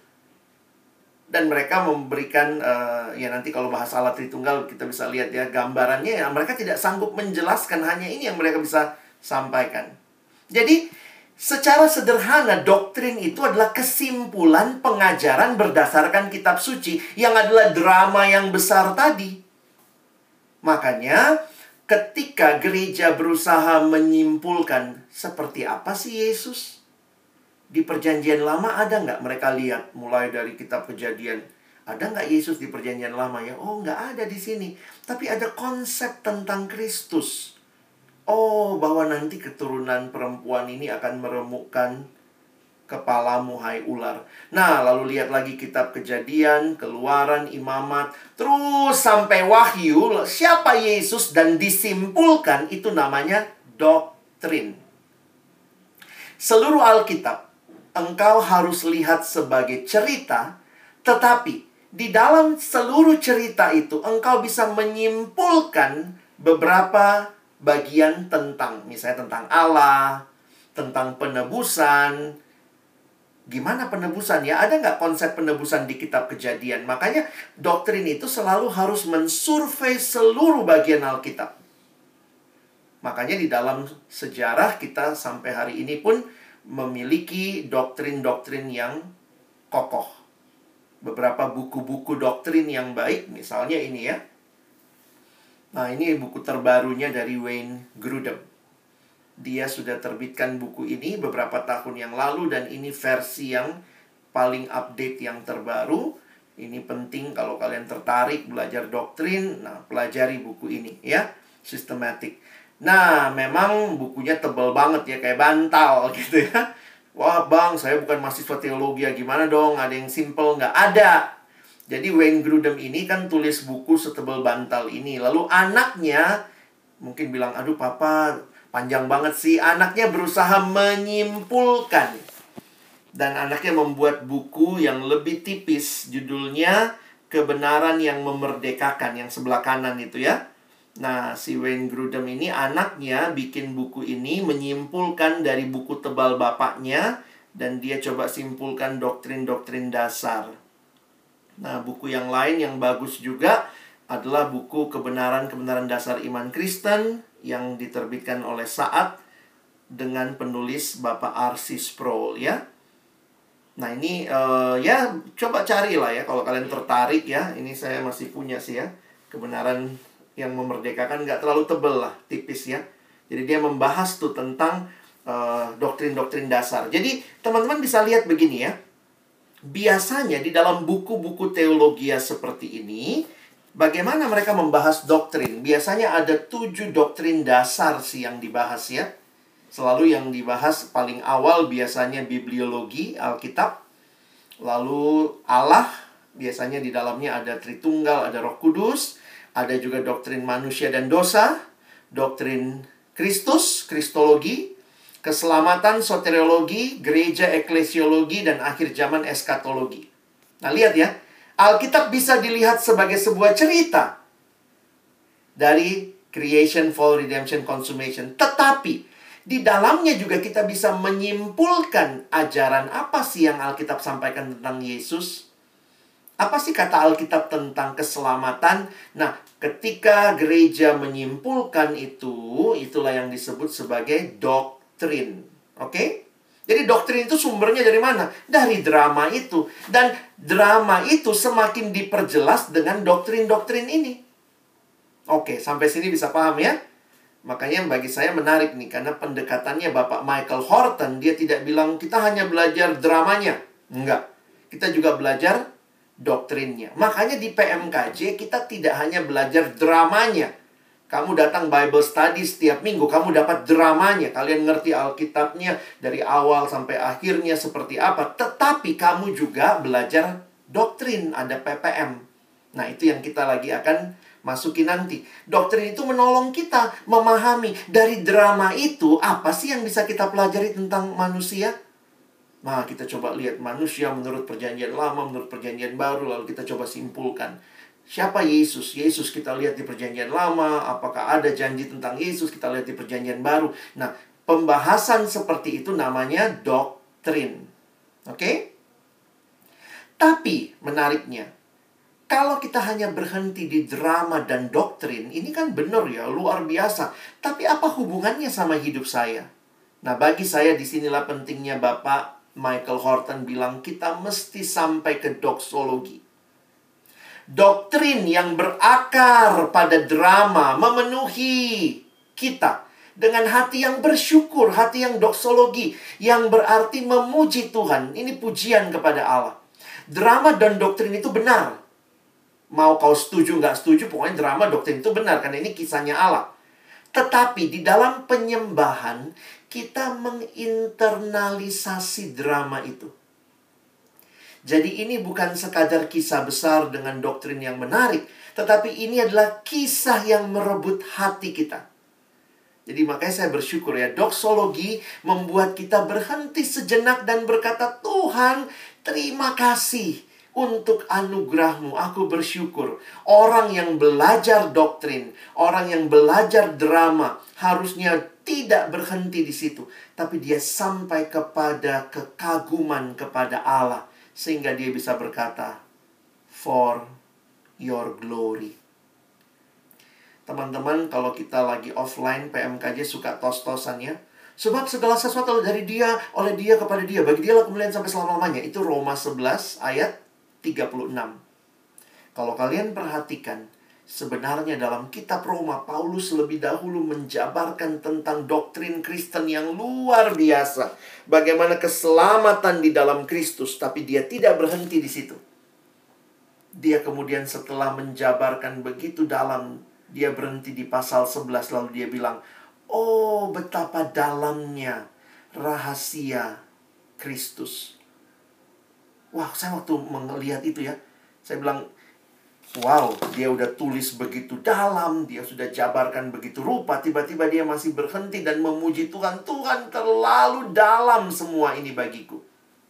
Dan mereka memberikan, uh, ya nanti kalau bahas Allah Tritunggal kita bisa lihat ya gambarannya. Ya, mereka tidak sanggup menjelaskan, hanya ini yang mereka bisa sampaikan. Jadi, secara sederhana, doktrin itu adalah kesimpulan pengajaran berdasarkan kitab suci, yang adalah drama yang besar tadi. Makanya, ketika gereja berusaha menyimpulkan seperti apa sih Yesus? Di perjanjian lama ada nggak mereka lihat? Mulai dari kitab Kejadian. Ada nggak Yesus di perjanjian lama ya? Oh, nggak ada di sini. Tapi ada konsep tentang Kristus. Oh, bahwa nanti keturunan perempuan ini akan meremukkan kepalamu, hai ular. Nah, lalu lihat lagi kitab Kejadian, Keluaran, Imamat, terus sampai Wahyu, siapa Yesus, dan disimpulkan itu namanya doktrin. Seluruh Alkitab, engkau harus lihat sebagai cerita, tetapi di dalam seluruh cerita itu, engkau bisa menyimpulkan beberapa bagian tentang, misalnya tentang Allah, tentang penebusan. Gimana penebusan ya? Ada nggak konsep penebusan di kitab Kejadian? Makanya doktrin itu selalu harus mensurvei seluruh bagian Alkitab. Makanya di dalam sejarah kita sampai hari ini pun memiliki doktrin-doktrin yang kokoh. Beberapa buku-buku doktrin yang baik, misalnya ini ya. Nah, ini buku terbarunya dari Wayne Grudem. Dia sudah terbitkan buku ini beberapa tahun yang lalu, dan ini versi yang paling update yang terbaru. Ini penting kalau kalian tertarik belajar doktrin, nah pelajari buku ini ya, Systematic. Nah, memang bukunya tebal banget ya, kayak bantal gitu ya. Wah bang, saya bukan mahasiswa teologi ya, gimana dong, ada yang simple? Nggak ada. Jadi Wayne Grudem ini kan tulis buku setebal bantal ini. Lalu anaknya mungkin bilang, aduh papa, panjang banget sih. Anaknya berusaha menyimpulkan. Dan anaknya membuat buku yang lebih tipis. Judulnya Kebenaran yang Memerdekakan, yang sebelah kanan itu ya. Nah, si Wayne Grudem ini, anaknya bikin buku ini menyimpulkan dari buku tebal bapaknya. Dan dia coba simpulkan doktrin-doktrin dasar. Nah, buku yang lain yang bagus juga adalah buku Kebenaran-Kebenaran Dasar Iman Kristen yang diterbitkan oleh Saat dengan penulis Bapak R C Sproul ya. Nah, ini uh, ya coba carilah ya kalau kalian tertarik ya. Ini saya masih punya sih ya, Kebenaran yang memerdekakan, nggak terlalu tebel lah, tipis ya. Jadi dia membahas tuh tentang uh, doktrin-doktrin dasar. Jadi teman-teman bisa lihat begini ya. Biasanya di dalam buku-buku teologi seperti ini, bagaimana mereka membahas doktrin? Biasanya ada tujuh doktrin dasar sih yang dibahas ya. Selalu yang dibahas paling awal biasanya bibliologi, Alkitab. Lalu Allah, biasanya di dalamnya ada Tritunggal, ada Roh Kudus. Ada juga doktrin manusia dan dosa, doktrin Kristus, Kristologi, keselamatan, soteriologi, gereja, eklesiologi, dan akhir zaman eskatologi. Nah, lihat ya. Alkitab bisa dilihat sebagai sebuah cerita dari creation, fall, redemption, consummation. Tetapi, di dalamnya juga kita bisa menyimpulkan ajaran apa sih yang Alkitab sampaikan tentang Yesus. Apa sih kata Alkitab tentang keselamatan? Nah, ketika gereja menyimpulkan itu, itulah yang disebut sebagai doktrin. Oke? Jadi doktrin itu sumbernya dari mana? Dari drama itu. Dan drama itu semakin diperjelas dengan doktrin-doktrin ini. Oke, sampai sini bisa paham ya? Makanya bagi saya menarik nih, karena pendekatannya Bapak Michael Horton, dia tidak bilang kita hanya belajar dramanya. Enggak. Kita juga belajar doktrinnya. Makanya di P M K J kita tidak hanya belajar dramanya. Kamu datang Bible study setiap minggu, kamu dapat dramanya. Kalian ngerti Alkitabnya dari awal sampai akhirnya seperti apa. Tetapi kamu juga belajar doktrin, ada P P M. Nah, itu yang kita lagi akan masuki nanti. Doktrin itu menolong kita memahami dari drama itu apa sih yang bisa kita pelajari tentang manusia. Nah, kita coba lihat manusia menurut perjanjian lama, menurut perjanjian baru, lalu kita coba simpulkan. Siapa Yesus? Yesus kita lihat di perjanjian lama, apakah ada janji tentang Yesus? Kita lihat di perjanjian baru. Nah, pembahasan seperti itu namanya doktrin. Oke? Tapi, menariknya, kalau kita hanya berhenti di drama dan doktrin, ini kan benar ya, luar biasa. Tapi apa hubungannya sama hidup saya? Nah, bagi saya disinilah pentingnya Bapak Michael Horton bilang kita mesti sampai ke doksologi. Doktrin yang berakar pada drama memenuhi kita dengan hati yang bersyukur, hati yang doksologi, yang berarti memuji Tuhan. Ini pujian kepada Allah. Drama dan doktrin itu benar. Mau kau setuju nggak setuju, pokoknya drama doktrin itu benar karena ini kisahnya Allah. Tetapi di dalam penyembahan kita menginternalisasi drama itu. Jadi ini bukan sekadar kisah besar dengan doktrin yang menarik, tetapi ini adalah kisah yang merebut hati kita. Jadi makanya saya bersyukur ya, doksologi membuat kita berhenti sejenak dan berkata, Tuhan, terima kasih untuk anugerah-Mu. Aku bersyukur. Orang yang belajar doktrin, orang yang belajar drama, harusnya tidak berhenti di situ, tapi dia sampai kepada kekaguman kepada Allah, sehingga dia bisa berkata, for your glory. Teman-teman, kalau kita lagi offline, P M K J suka tos-tosan ya. Sebab segala sesuatu dari dia, oleh dia, kepada dia. Bagi dia lah kemuliaan sampai selama-lamanya. Itu Roma sebelas ayat tiga puluh enam. Kalau kalian perhatikan, sebenarnya dalam kitab Roma, Paulus lebih dahulu menjabarkan tentang doktrin Kristen yang luar biasa. Bagaimana keselamatan di dalam Kristus, tapi dia tidak berhenti di situ. Dia kemudian setelah menjabarkan begitu dalam, dia berhenti di pasal sebelas, lalu dia bilang, oh, betapa dalamnya rahasia Kristus. Wah, saya waktu melihat itu ya, saya bilang, wow, dia udah tulis begitu dalam, dia sudah jabarkan begitu rupa, tiba-tiba dia masih berhenti dan memuji Tuhan. Tuhan, terlalu dalam semua ini bagiku.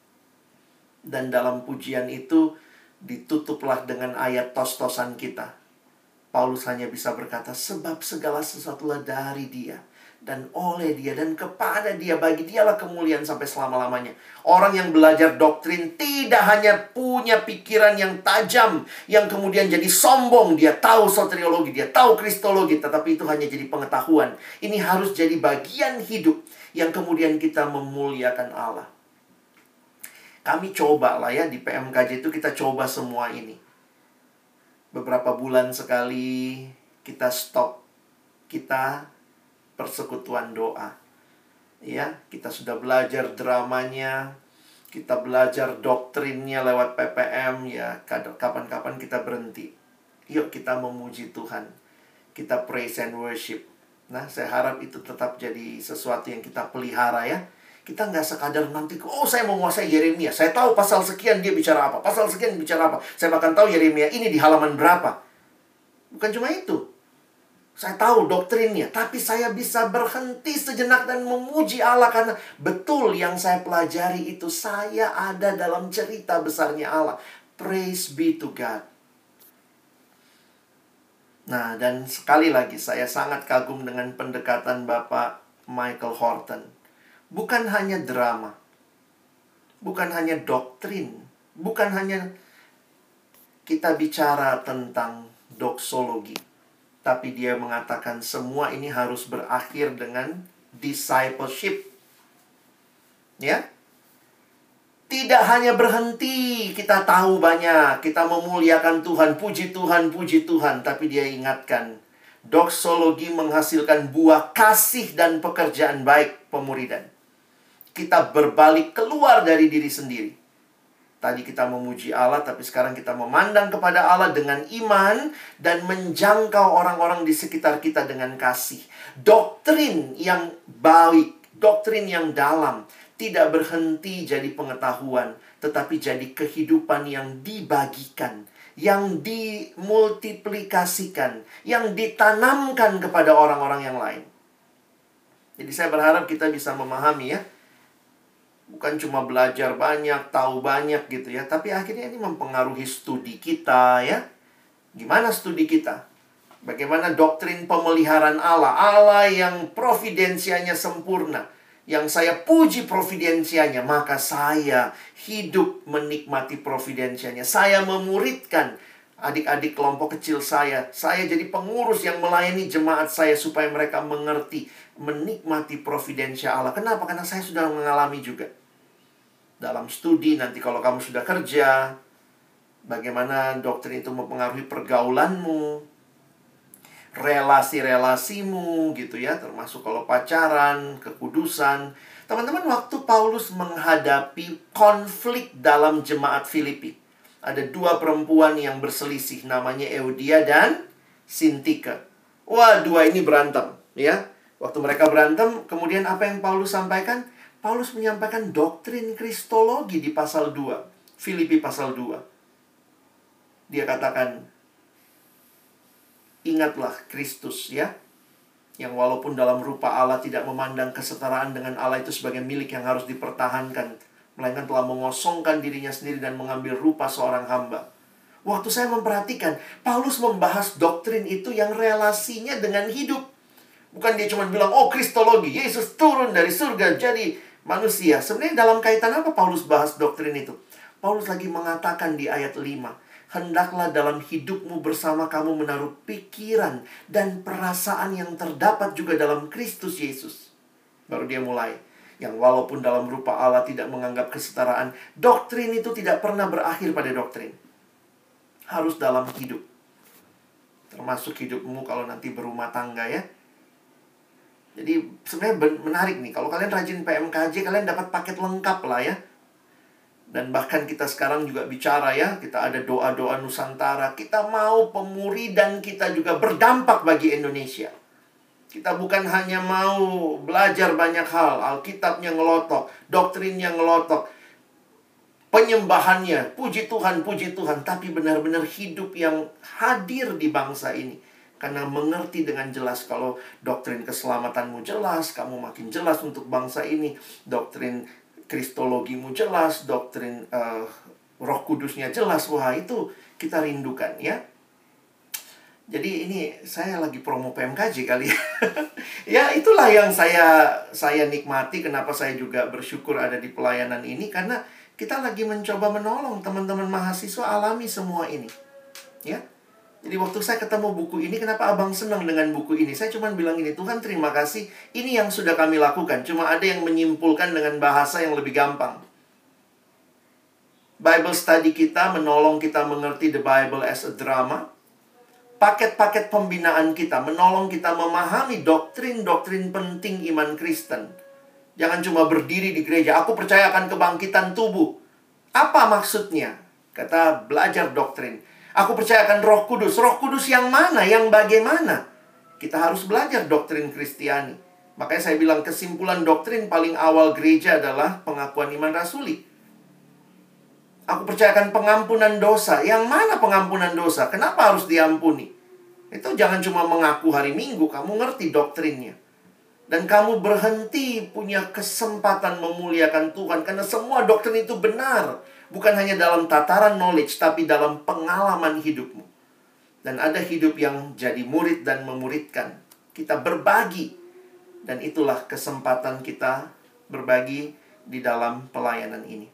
Dan dalam pujian itu ditutuplah dengan ayat tos-tosan kita. Paulus hanya bisa berkata, sebab segala sesuatulah dari dia, dan oleh dia, dan kepada dia, bagi dialah kemuliaan sampai selama-lamanya. Orang yang belajar doktrin tidak hanya punya pikiran yang tajam, yang kemudian jadi sombong. Dia tahu soteriologi, dia tahu kristologi, tetapi itu hanya jadi pengetahuan. Ini harus jadi bagian hidup yang kemudian kita memuliakan Allah. Kami coba lah ya, di P M K J itu kita coba semua ini. Beberapa bulan sekali kita stop. Kita persekutuan doa. Ya, kita sudah belajar dramanya, kita belajar doktrinnya lewat P P M, ya kapan-kapan kita berhenti. Yuk kita memuji Tuhan. Kita praise and worship. Nah, saya harap itu tetap jadi sesuatu yang kita pelihara ya. Kita nggak sekadar nanti, oh saya mau menguasai Yeremia. Saya tahu pasal sekian dia bicara apa. Pasal sekian bicara apa. Saya bahkan tahu Yeremia ini di halaman berapa. Bukan cuma itu. Saya tahu doktrinnya. Tapi saya bisa berhenti sejenak dan memuji Allah. Karena betul yang saya pelajari itu. Saya ada dalam cerita besarnya Allah. Praise be to God. Nah, dan sekali lagi saya sangat kagum dengan pendekatan Bapak Michael Horton. Bukan hanya drama. Bukan hanya doktrin. Bukan hanya kita bicara tentang doksologi. Tapi dia mengatakan semua ini harus berakhir dengan discipleship. Ya. Tidak hanya berhenti kita tahu banyak, kita memuliakan Tuhan, puji Tuhan, puji Tuhan. Tapi dia ingatkan, doksologi menghasilkan buah kasih dan pekerjaan baik pemuridan. Kita berbalik keluar dari diri sendiri. Tadi kita memuji Allah, tapi sekarang kita memandang kepada Allah dengan iman dan menjangkau orang-orang di sekitar kita dengan kasih. Doktrin yang baik, doktrin yang dalam, tidak berhenti jadi pengetahuan, tetapi jadi kehidupan yang dibagikan, yang dimultiplikasikan, yang ditanamkan kepada orang-orang yang lain. Jadi saya berharap kita bisa memahami ya. Bukan cuma belajar banyak, tahu banyak gitu ya. Tapi akhirnya ini mempengaruhi studi kita ya. Gimana studi kita? Bagaimana doktrin pemeliharaan Allah. Allah yang providensianya sempurna. Yang saya puji providensianya. Maka saya hidup menikmati providensianya. Saya memuridkan adik-adik kelompok kecil saya. Saya jadi pengurus yang melayani jemaat saya. Supaya mereka mengerti, menikmati providensia Allah. Kenapa? Karena saya sudah mengalami juga. Dalam studi nanti kalau kamu sudah kerja, bagaimana doktrin itu mempengaruhi pergaulanmu, relasi-relasimu gitu ya, termasuk kalau pacaran, kekudusan. Teman-teman, waktu Paulus menghadapi konflik dalam jemaat Filipi, ada dua perempuan yang berselisih, namanya Eudia dan Sintika. Wah, dua ini berantem ya. Waktu mereka berantem, kemudian apa yang Paulus sampaikan? Paulus menyampaikan doktrin kristologi di pasal dua. Filipi pasal dua. Dia katakan, ingatlah Kristus ya. Yang walaupun dalam rupa Allah tidak memandang kesetaraan dengan Allah itu sebagai milik yang harus dipertahankan. Melainkan telah mengosongkan dirinya sendiri dan mengambil rupa seorang hamba. Waktu saya memperhatikan, Paulus membahas doktrin itu yang relasinya dengan hidup. Bukan dia cuma bilang, oh kristologi, Yesus turun dari surga jadi manusia. Sebenarnya dalam kaitan apa Paulus bahas doktrin itu? Paulus lagi mengatakan di ayat lima, hendaklah dalam hidupmu bersama kamu menaruh pikiran dan perasaan yang terdapat juga dalam Kristus Yesus. Baru dia mulai. Yang walaupun dalam rupa Allah tidak menganggap kesetaraan, doktrin itu tidak pernah berakhir pada doktrin. Harus dalam hidup. Termasuk hidupmu kalau nanti berumah tangga ya. Jadi sebenarnya menarik nih. Kalau kalian rajin P M K J, kalian dapat paket lengkap lah ya. Dan bahkan kita sekarang juga bicara ya. Kita ada doa-doa Nusantara. Kita mau pemuridan kita juga berdampak bagi Indonesia. Kita bukan hanya mau belajar banyak hal. Alkitabnya ngelotok. Doktrinnya ngelotok. Penyembahannya. Puji Tuhan, puji Tuhan. Tapi benar-benar hidup yang hadir di bangsa ini. Karena mengerti dengan jelas kalau doktrin keselamatanmu jelas, kamu makin jelas untuk bangsa ini. Doktrin kristologimu jelas, doktrin uh, Roh Kudusnya jelas. Wah, itu kita rindukan ya. Jadi ini saya lagi promo P M K J kali ya. Ya, itulah yang saya saya nikmati. Kenapa saya juga bersyukur ada di pelayanan ini. Karena kita lagi mencoba menolong teman-teman mahasiswa alami semua ini. Ya. Jadi waktu saya ketemu buku ini, kenapa abang senang dengan buku ini? Saya cuma bilang ini, Tuhan terima kasih, ini yang sudah kami lakukan. Cuma ada yang menyimpulkan dengan bahasa yang lebih gampang. Bible study kita menolong kita mengerti the Bible as a drama. paket-paket pembinaan kita, menolong kita memahami doktrin-doktrin penting iman Kristen. Jangan cuma berdiri di gereja, aku percaya akan kebangkitan tubuh. Apa maksudnya? Kata belajar doktrin. Aku percaya akan Roh Kudus. Roh Kudus yang mana? Yang bagaimana? Kita harus belajar doktrin Kristiani. Makanya saya bilang kesimpulan doktrin paling awal gereja adalah pengakuan iman rasuli. Aku percayakan pengampunan dosa. Yang mana pengampunan dosa? Kenapa harus diampuni? Itu jangan cuma mengaku hari Minggu. Kamu ngerti doktrinnya. Dan kamu berhenti punya kesempatan memuliakan Tuhan. Karena semua doktrin itu benar. Bukan hanya dalam tataran knowledge, tapi dalam pengalaman hidupmu. Dan ada hidup yang jadi murid dan memuridkan. Kita berbagi. Dan itulah kesempatan kita berbagi di dalam pelayanan ini.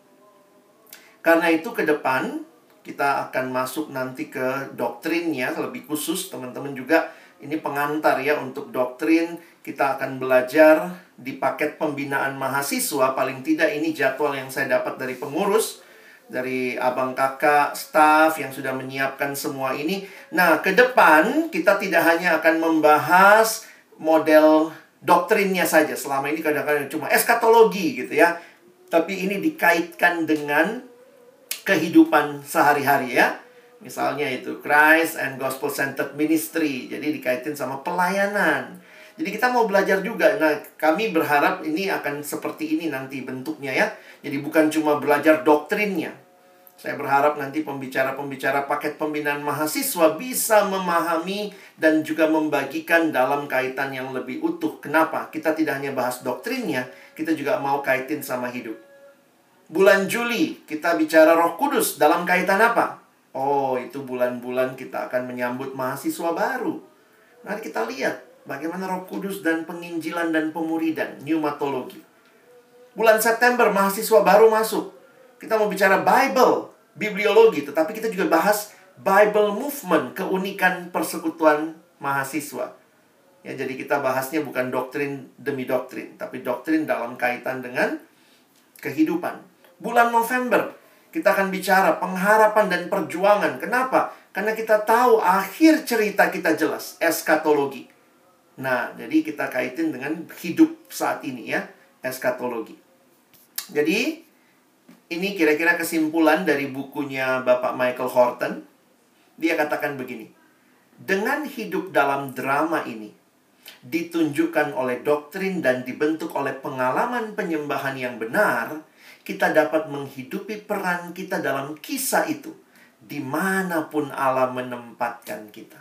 Karena itu ke depan kita akan masuk nanti ke doktrinnya lebih khusus. Teman-teman juga ini pengantar ya untuk doktrin. Kita akan belajar di paket pembinaan mahasiswa. Paling tidak ini jadwal yang saya dapat dari pengurus, dari abang kakak, staff yang sudah menyiapkan semua ini. Nah, ke depan kita tidak hanya akan membahas model doktrinnya saja. Selama ini kadang-kadang cuma eskatologi gitu ya. Tapi ini dikaitkan dengan kehidupan sehari-hari ya. Misalnya itu Christ and Gospel Centered Ministry. Jadi dikaitin sama pelayanan. Jadi kita mau belajar juga. Nah, kami berharap ini akan seperti ini nanti bentuknya ya. Jadi bukan cuma belajar doktrinnya. Saya berharap nanti pembicara-pembicara paket pembinaan mahasiswa bisa memahami dan juga membagikan dalam kaitan yang lebih utuh. Kenapa? Kita tidak hanya bahas doktrinnya, kita juga mau kaitin sama hidup. Bulan Juli kita bicara Roh Kudus dalam kaitan apa? Oh, itu bulan-bulan kita akan menyambut mahasiswa baru. Nanti kita lihat bagaimana Roh Kudus dan penginjilan dan pemuridan, pneumatologi. Bulan September mahasiswa baru masuk. Kita mau bicara Bible, bibliologi, tetapi kita juga bahas Bible movement, keunikan persekutuan mahasiswa. Ya, jadi kita bahasnya bukan doktrin demi doktrin, tapi doktrin dalam kaitan dengan kehidupan. Bulan November kita akan bicara pengharapan dan perjuangan. Kenapa? Karena kita tahu akhir cerita kita jelas, eskatologi. Nah, jadi kita kaitin dengan hidup saat ini ya, eskatologi. Jadi ini kira-kira kesimpulan dari bukunya Bapak Michael Horton. Dia katakan begini. Dengan hidup dalam drama ini ditunjukkan oleh doktrin dan dibentuk oleh pengalaman penyembahan yang benar, kita dapat menghidupi peran kita dalam kisah itu dimanapun Allah menempatkan kita.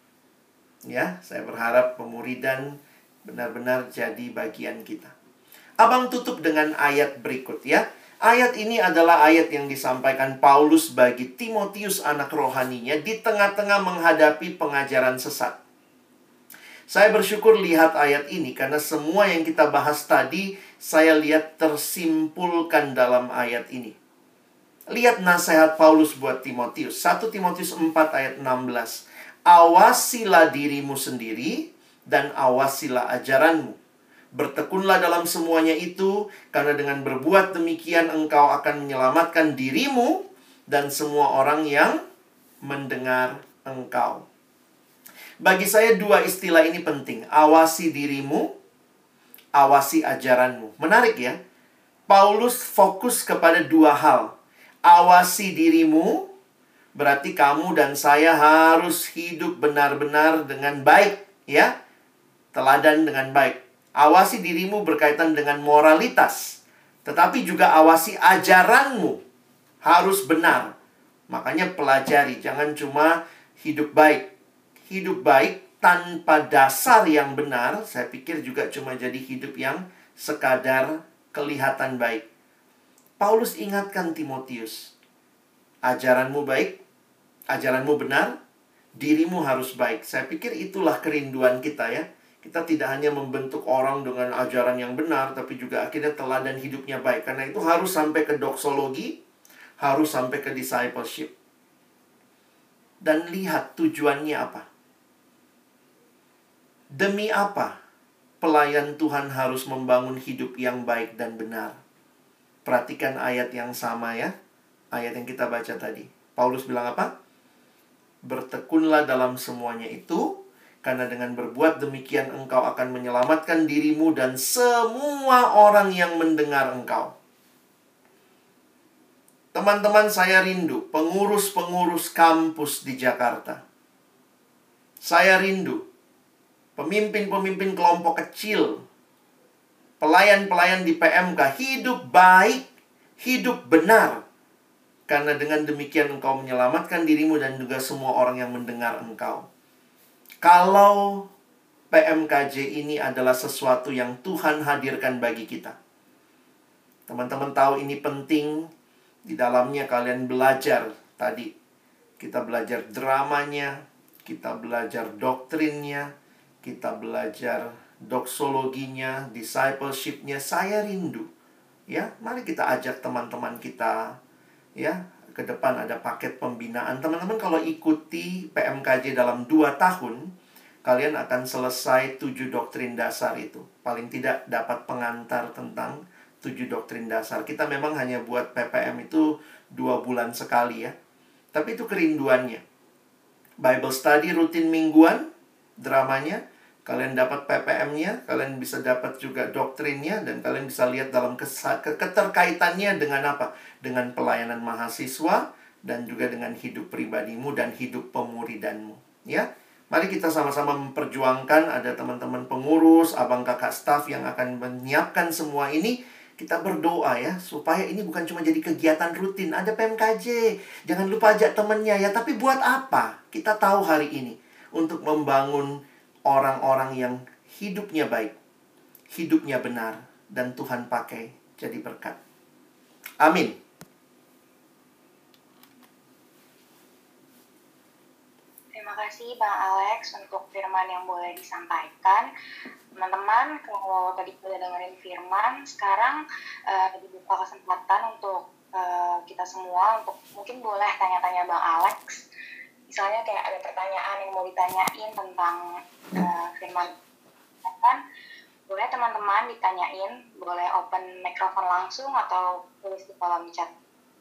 Ya, saya berharap pemuridan benar-benar jadi bagian kita. Abang tutup dengan ayat berikut ya. Ayat ini adalah ayat yang disampaikan Paulus bagi Timotius anak rohaninya di tengah-tengah menghadapi pengajaran sesat. Saya bersyukur lihat ayat ini karena semua yang kita bahas tadi saya lihat tersimpulkan dalam ayat ini. Lihat nasihat Paulus buat Timotius. satu Timotius empat ayat enam belas. Awasilah dirimu sendiri dan awasilah ajaranmu. Bertekunlah dalam semuanya itu, karena dengan berbuat demikian engkau akan menyelamatkan dirimu dan semua orang yang mendengar engkau. Bagi saya dua istilah ini penting. Awasi dirimu, awasi ajaranmu. Menarik ya. Paulus fokus kepada dua hal. Awasi dirimu, berarti kamu dan saya harus hidup benar-benar dengan baik. Ya, teladan dengan baik. Awasi dirimu berkaitan dengan moralitas. Tetapi juga awasi ajaranmu. Harus benar. Makanya pelajari, jangan cuma hidup baik. Hidup baik tanpa dasar yang benar, saya pikir juga cuma jadi hidup yang sekadar kelihatan baik. Paulus ingatkan Timotius, ajaranmu baik, ajaranmu benar, dirimu harus baik. Saya pikir itulah kerinduan kita ya. Kita tidak hanya membentuk orang dengan ajaran yang benar, tapi juga akhirnya teladan hidupnya baik. Karena itu harus sampai ke doksologi, harus sampai ke discipleship. Dan lihat tujuannya apa. Demi apa pelayan Tuhan harus membangun hidup yang baik dan benar? Perhatikan ayat yang sama ya. Ayat yang kita baca tadi. Paulus bilang apa? Bertekunlah dalam semuanya itu, karena dengan berbuat demikian engkau akan menyelamatkan dirimu dan semua orang yang mendengar engkau. Teman-teman, saya rindu pengurus-pengurus kampus di Jakarta. Saya rindu pemimpin-pemimpin kelompok kecil, pelayan-pelayan di P M K, hidup baik, hidup benar. Karena dengan demikian engkau menyelamatkan dirimu dan juga semua orang yang mendengar engkau. Kalau P M K J ini adalah sesuatu yang Tuhan hadirkan bagi kita. Teman-teman tahu ini penting. Di dalamnya kalian belajar tadi. Kita belajar dramanya, kita belajar doktrinnya, kita belajar doksologinya, discipleship-nya. Saya rindu. Ya, mari kita ajak teman-teman kita, ya, ke depan ada paket pembinaan. Teman-teman kalau ikuti P M K J dalam dua tahun, kalian akan selesai tujuh doktrin dasar itu. Paling tidak dapat pengantar tentang tujuh doktrin dasar. Kita memang hanya buat P P M itu dua bulan sekali ya. Tapi itu kerinduannya. Bible study rutin mingguan, dramanya. Kalian dapat P P M-nya, kalian bisa dapat juga doktrinnya, dan kalian bisa lihat dalam keterkaitannya dengan apa? Dengan pelayanan mahasiswa, dan juga dengan hidup pribadimu dan hidup pemuridanmu. Ya, mari kita sama-sama memperjuangkan. Ada teman-teman pengurus, abang kakak staf yang akan menyiapkan semua ini. Kita berdoa ya, supaya ini bukan cuma jadi kegiatan rutin. Ada P M K J, jangan lupa ajak temennya ya. Tapi buat apa? Kita tahu hari ini untuk membangun orang-orang yang hidupnya baik, hidupnya benar, dan Tuhan pakai jadi berkat. Amin. Terima kasih Bang Alex untuk firman yang boleh disampaikan. Teman-teman, kalau tadi udah dengerin firman, sekarang uh, dibuka kesempatan untuk uh, kita semua untuk mungkin boleh tanya-tanya Bang Alex. Misalnya kayak ada pertanyaan yang mau ditanyain tentang uh, firman, kan? Boleh teman-teman ditanyain, boleh open mikrofon langsung atau tulis di kolom chat.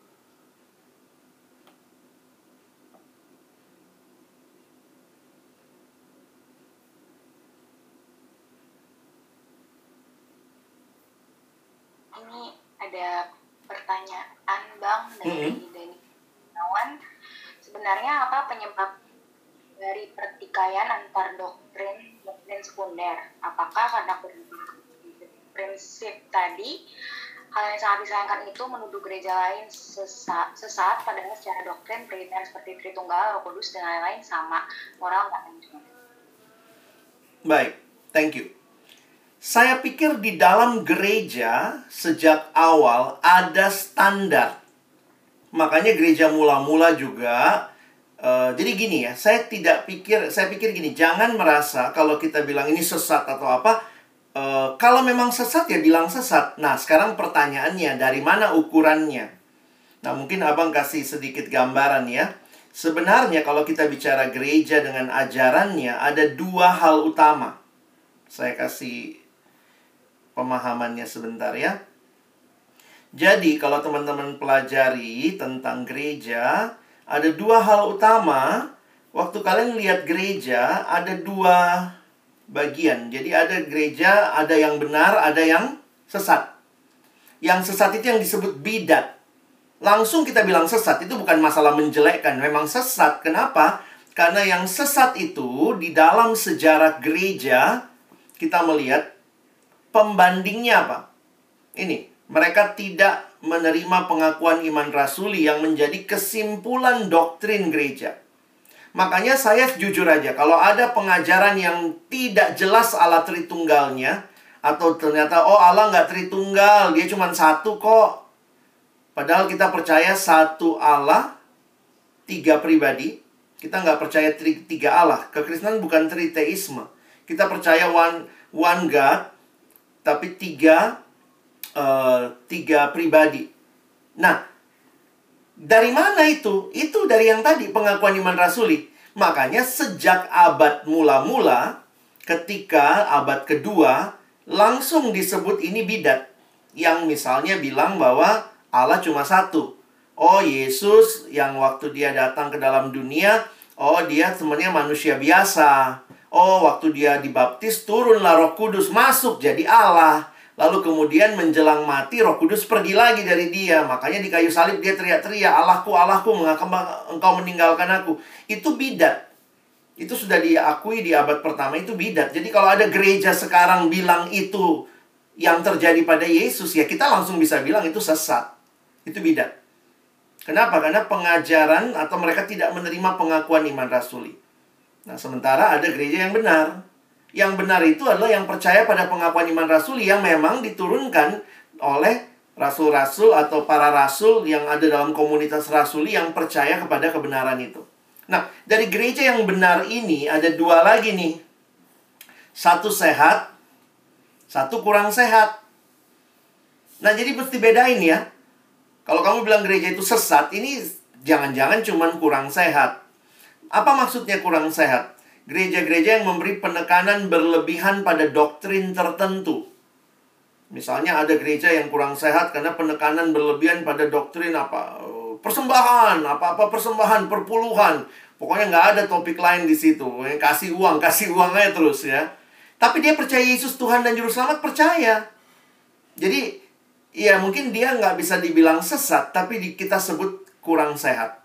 Ini ada pertanyaan Bang dari mm-hmm. Dani Gunawan. Sebenarnya apa penyebab dari pertikaian antar doktrin doktrin sekunder? Apakah karena prinsip tadi, hal yang sangat disayangkan itu menuduh gereja lain sesat, sesat padahal secara doktrin primer seperti Tritunggal, Roh Kudus dan lain-lain sama moral nggak penting. Baik, thank you. Saya pikir di dalam gereja sejak awal ada standar. Makanya gereja mula-mula juga uh, jadi gini ya, saya tidak pikir saya pikir gini, jangan merasa kalau kita bilang ini sesat atau apa, uh, kalau memang sesat ya bilang sesat. Nah, sekarang pertanyaannya dari mana ukurannya? Nah, mungkin Abang kasih sedikit gambaran ya. Sebenarnya kalau kita bicara gereja dengan ajarannya ada dua hal utama. Saya kasih pemahamannya sebentar ya. Jadi kalau teman-teman pelajari tentang gereja, ada dua hal utama. Waktu kalian lihat gereja, ada dua bagian. Jadi ada gereja, ada yang benar, ada yang sesat. Yang sesat itu yang disebut bidat. Langsung kita bilang sesat, itu bukan masalah menjelekkan. Memang sesat, kenapa? Karena yang sesat itu di dalam sejarah gereja, kita melihat pembandingnya apa? Ini, mereka tidak menerima pengakuan iman rasuli yang menjadi kesimpulan doktrin gereja. Makanya saya jujur aja, kalau ada pengajaran yang tidak jelas Allah Tritunggalnya, atau ternyata, oh Allah nggak Tritunggal, dia cuma satu kok. Padahal kita percaya satu Allah, tiga pribadi. Kita nggak percaya tri, tiga Allah. Kekristenan bukan triteisme. Kita percaya one, one God, tapi tiga, uh, tiga pribadi. Nah, dari mana itu? Itu dari yang tadi, pengakuan iman rasuli. Makanya sejak abad mula-mula, ketika abad kedua, langsung disebut ini bidat. Yang misalnya bilang bahwa Allah cuma satu. Oh, Yesus yang waktu dia datang ke dalam dunia, Oh, dia sebenarnya manusia biasa. Oh, waktu dia dibaptis, turunlah Roh Kudus, masuk jadi Allah. Lalu kemudian menjelang mati, Roh Kudus pergi lagi dari dia. Makanya di kayu salib dia teriak-teriak, Allahku, Allahku, mengapa engkau meninggalkan aku? Itu bidat. Itu sudah diakui di abad pertama, itu bidat. Jadi kalau ada gereja sekarang bilang itu yang terjadi pada Yesus, ya kita langsung bisa bilang itu sesat. Itu bidat. Kenapa? Karena pengajaran atau mereka tidak menerima pengakuan iman rasuli. Nah, sementara ada gereja yang benar. Yang benar itu adalah yang percaya pada pengakuan iman rasuli yang memang diturunkan oleh rasul-rasul atau para rasul yang ada dalam komunitas rasuli yang percaya kepada kebenaran itu. Nah, dari gereja yang benar ini ada dua lagi nih. Satu sehat, satu kurang sehat. Nah, jadi mesti bedain ya. Kalau kamu bilang gereja itu sesat, ini jangan-jangan cuman kurang sehat. Apa maksudnya kurang sehat? Gereja-gereja yang memberi penekanan berlebihan pada doktrin tertentu. Misalnya ada gereja yang kurang sehat karena penekanan berlebihan pada doktrin apa? Persembahan, apa-apa persembahan, perpuluhan. Pokoknya nggak ada topik lain di situ. Kasih uang, kasih uang aja terus ya. Tapi dia percaya Yesus Tuhan dan Juru Selamat, percaya. Jadi, ya mungkin dia nggak bisa dibilang sesat, tapi di, kita sebut kurang sehat.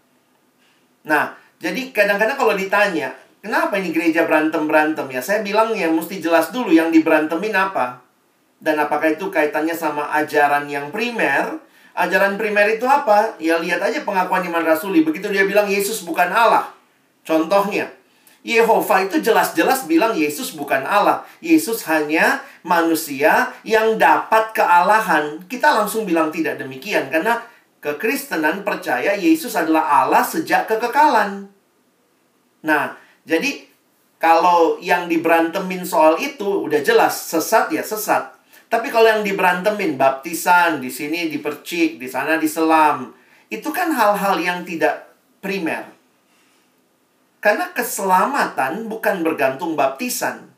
Nah, jadi kadang-kadang kalau ditanya, kenapa ini gereja berantem-berantem ya? Saya bilang yang mesti jelas dulu yang diberantemin apa. Dan apakah itu kaitannya sama ajaran yang primer? Ajaran primer itu apa? Ya lihat aja pengakuan iman rasuli. Begitu dia bilang Yesus bukan Allah. Contohnya, Yehova itu jelas-jelas bilang Yesus bukan Allah. Yesus hanya manusia yang dapat kealahan. Kita langsung bilang tidak demikian. Karena kekristenan percaya Yesus adalah Allah sejak kekekalan. Nah, jadi kalau yang diberantemin soal itu udah jelas, sesat ya sesat. Tapi kalau yang diberantemin, baptisan, di sini dipercik, di sana diselam, itu kan hal-hal yang tidak primer. Karena keselamatan bukan bergantung baptisan.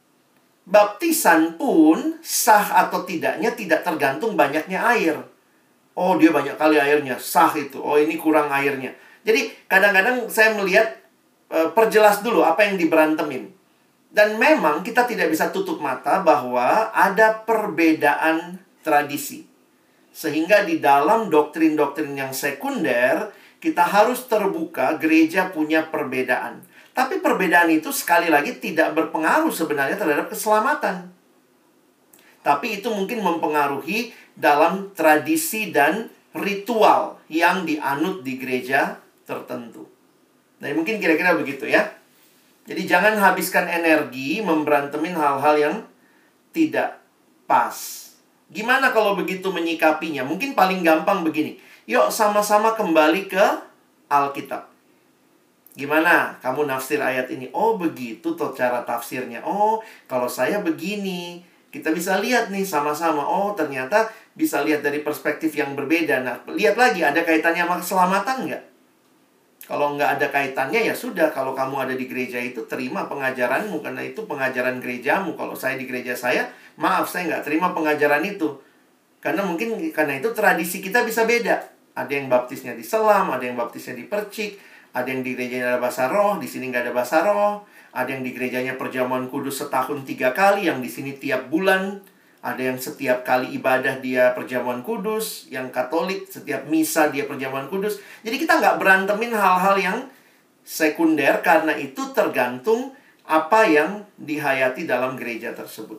Baptisan pun sah atau tidaknya tidak tergantung banyaknya air. Oh, dia banyak kali airnya, sah itu. Oh, ini kurang airnya. Jadi, kadang-kadang saya melihat, e, perjelas dulu apa yang diberantemin. Dan memang kita tidak bisa tutup mata bahwa ada perbedaan tradisi. Sehingga di dalam doktrin-doktrin yang sekunder, kita harus terbuka, gereja punya perbedaan. Tapi perbedaan itu sekali lagi tidak berpengaruh sebenarnya terhadap keselamatan. Tapi itu mungkin mempengaruhi dalam tradisi dan ritual yang dianut di gereja tertentu. Nah, mungkin kira-kira begitu ya. Jadi jangan habiskan energi memberantemin hal-hal yang tidak pas. Gimana kalau begitu menyikapinya? Mungkin paling gampang begini. Yuk sama-sama kembali ke Alkitab. Gimana kamu nafsir ayat ini? Oh begitu tuh cara tafsirnya. Oh kalau saya begini. Kita bisa lihat nih sama-sama. Oh ternyata bisa lihat dari perspektif yang berbeda. Nah lihat lagi ada kaitannya sama keselamatan nggak? Kalau nggak ada kaitannya ya sudah. Kalau kamu ada di gereja itu terima pengajaranmu. Karena itu pengajaran gerejamu. Kalau saya di gereja saya, maaf saya nggak terima pengajaran itu. Karena mungkin karena itu tradisi kita bisa beda. Ada yang baptisnya diselam, ada yang baptisnya dipercik, ada yang di gerejanya ada bahasa roh, di sini nggak ada bahasa roh. Ada yang di gerejanya perjamuan kudus setahun tiga kali, yang di sini tiap bulan. Ada yang setiap kali ibadah dia perjamuan kudus, yang Katolik setiap misa dia perjamuan kudus. Jadi kita nggak berantemin hal-hal yang sekunder, karena itu tergantung apa yang dihayati dalam gereja tersebut.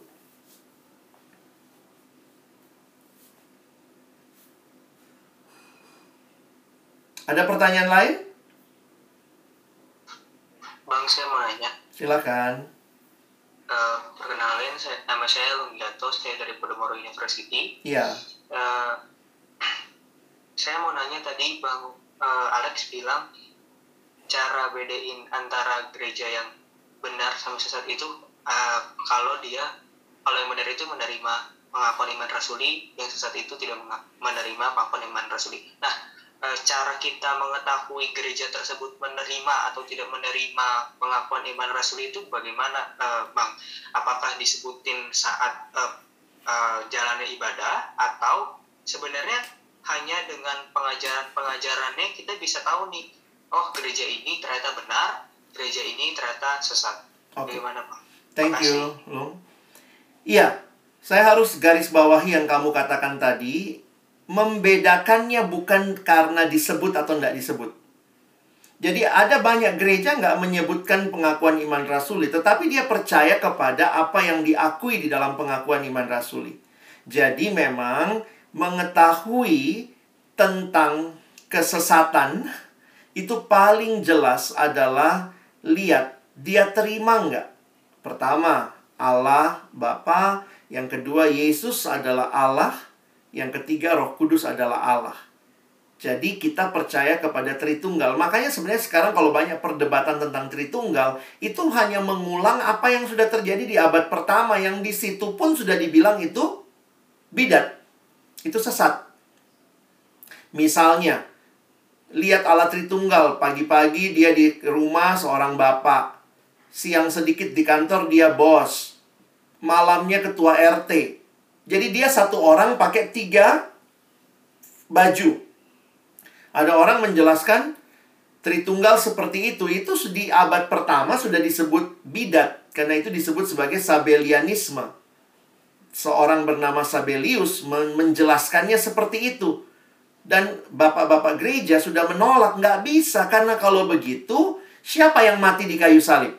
Ada pertanyaan lain? Bang, saya mau nanya. Silakan. Uh, perkenalin, saya, nama saya Lumianto, saya dari Podomoro University. Iya. Uh, saya mau nanya tadi, Bang uh, Alex bilang cara bedain antara gereja yang benar sama sesat itu uh, kalau dia, kalau yang benar itu menerima pengakuan iman rasuli, yang sesat itu tidak menerima pengakuan iman rasuli. Nah, cara kita mengetahui gereja tersebut menerima atau tidak menerima pengakuan iman rasuli itu bagaimana, uh, Bang? Apakah disebutin saat uh, uh, jalannya ibadah, atau sebenarnya hanya dengan pengajaran-pengajarannya kita bisa tahu nih oh gereja ini ternyata benar, gereja ini ternyata sesat. Oke. Bagaimana Pak? Thank Makasih. you, Lung. Iya, saya harus garis bawahi yang kamu katakan tadi. Membedakannya bukan karena disebut atau tidak disebut. Jadi ada banyak gereja nggak menyebutkan pengakuan iman rasuli, tetapi dia percaya kepada apa yang diakui di dalam pengakuan iman rasuli. Jadi memang mengetahui tentang kesesatan itu paling jelas adalah lihat dia terima nggak. Pertama, Allah Bapa. Yang kedua, Yesus adalah Allah. Yang ketiga, Roh Kudus adalah Allah. Jadi kita percaya kepada Tritunggal. Makanya sebenarnya sekarang kalau banyak perdebatan tentang Tritunggal, itu hanya mengulang apa yang sudah terjadi di abad pertama. Yang di situ pun sudah dibilang itu bidat. Itu sesat. Misalnya, lihat Allah Tritunggal. Pagi-pagi dia di rumah seorang bapak. Siang sedikit di kantor dia bos. Malamnya ketua R T. Jadi dia satu orang pakai tiga baju. Ada orang menjelaskan Tritunggal seperti itu. Itu di abad pertama sudah disebut bidat. Karena itu disebut sebagai Sabellianisme. Seorang bernama Sabellius menjelaskannya seperti itu. Dan bapak-bapak gereja sudah menolak. Nggak bisa. Karena kalau begitu, siapa yang mati di kayu salib?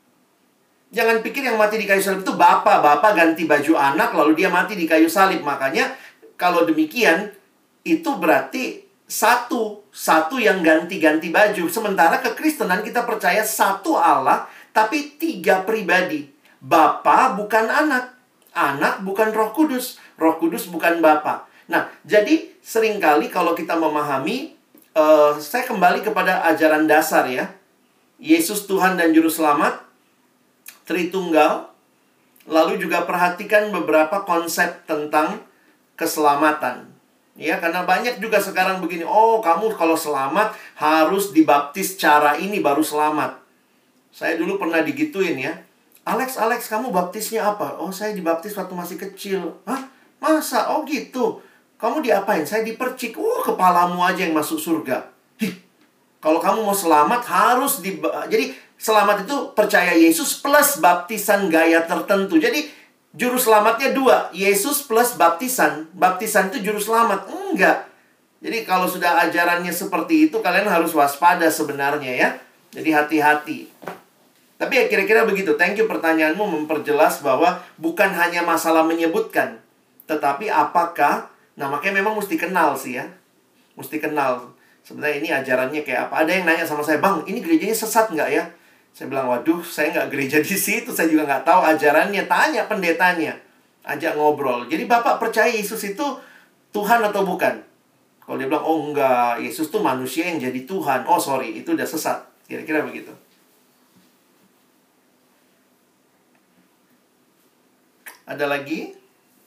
Jangan pikir yang mati di kayu salib itu bapak. Bapak ganti baju anak lalu dia mati di kayu salib. Makanya kalau demikian, itu berarti satu. Satu yang ganti-ganti baju. Sementara kekristenan kita percaya satu Allah, tapi tiga pribadi. Bapa bukan anak. Anak bukan Roh Kudus. Roh Kudus bukan Bapa. Nah, jadi seringkali kalau kita memahami, uh, saya kembali kepada ajaran dasar ya. Yesus Tuhan dan Juru Selamat, Tritunggal. Lalu juga perhatikan beberapa konsep tentang keselamatan. Ya, karena banyak juga sekarang begini, oh kamu kalau selamat harus dibaptis cara ini baru selamat. Saya dulu pernah digituin ya. Alex, Alex, kamu baptisnya apa? Oh, saya dibaptis waktu masih kecil. Hah? Masa? Oh gitu. Kamu diapain? Saya dipercik. Uh, kepalamu aja yang masuk surga. Hih. Kalau kamu mau selamat harus di... Jadi selamat itu percaya Yesus plus baptisan gaya tertentu. Jadi juru selamatnya dua. Yesus plus baptisan. Baptisan itu juru selamat. Enggak. Jadi kalau sudah ajarannya seperti itu, kalian harus waspada sebenarnya ya. Jadi hati-hati. Tapi ya kira-kira begitu. Thank you pertanyaanmu memperjelas bahwa bukan hanya masalah menyebutkan. Tetapi apakah... Nah makanya memang mesti kenal sih ya. Mesti kenal. Sebenarnya ini ajarannya kayak apa. Ada yang nanya sama saya, Bang, ini gerejanya sesat nggak ya? Saya bilang, waduh, saya nggak gereja di situ. Saya juga nggak tahu ajarannya. Tanya pendetanya. Ajak ngobrol. Jadi Bapak percaya Yesus itu Tuhan atau bukan? Kalau dia bilang, oh enggak, Yesus tuh manusia yang jadi Tuhan. Oh sorry, itu udah sesat. Kira-kira begitu. Ada lagi?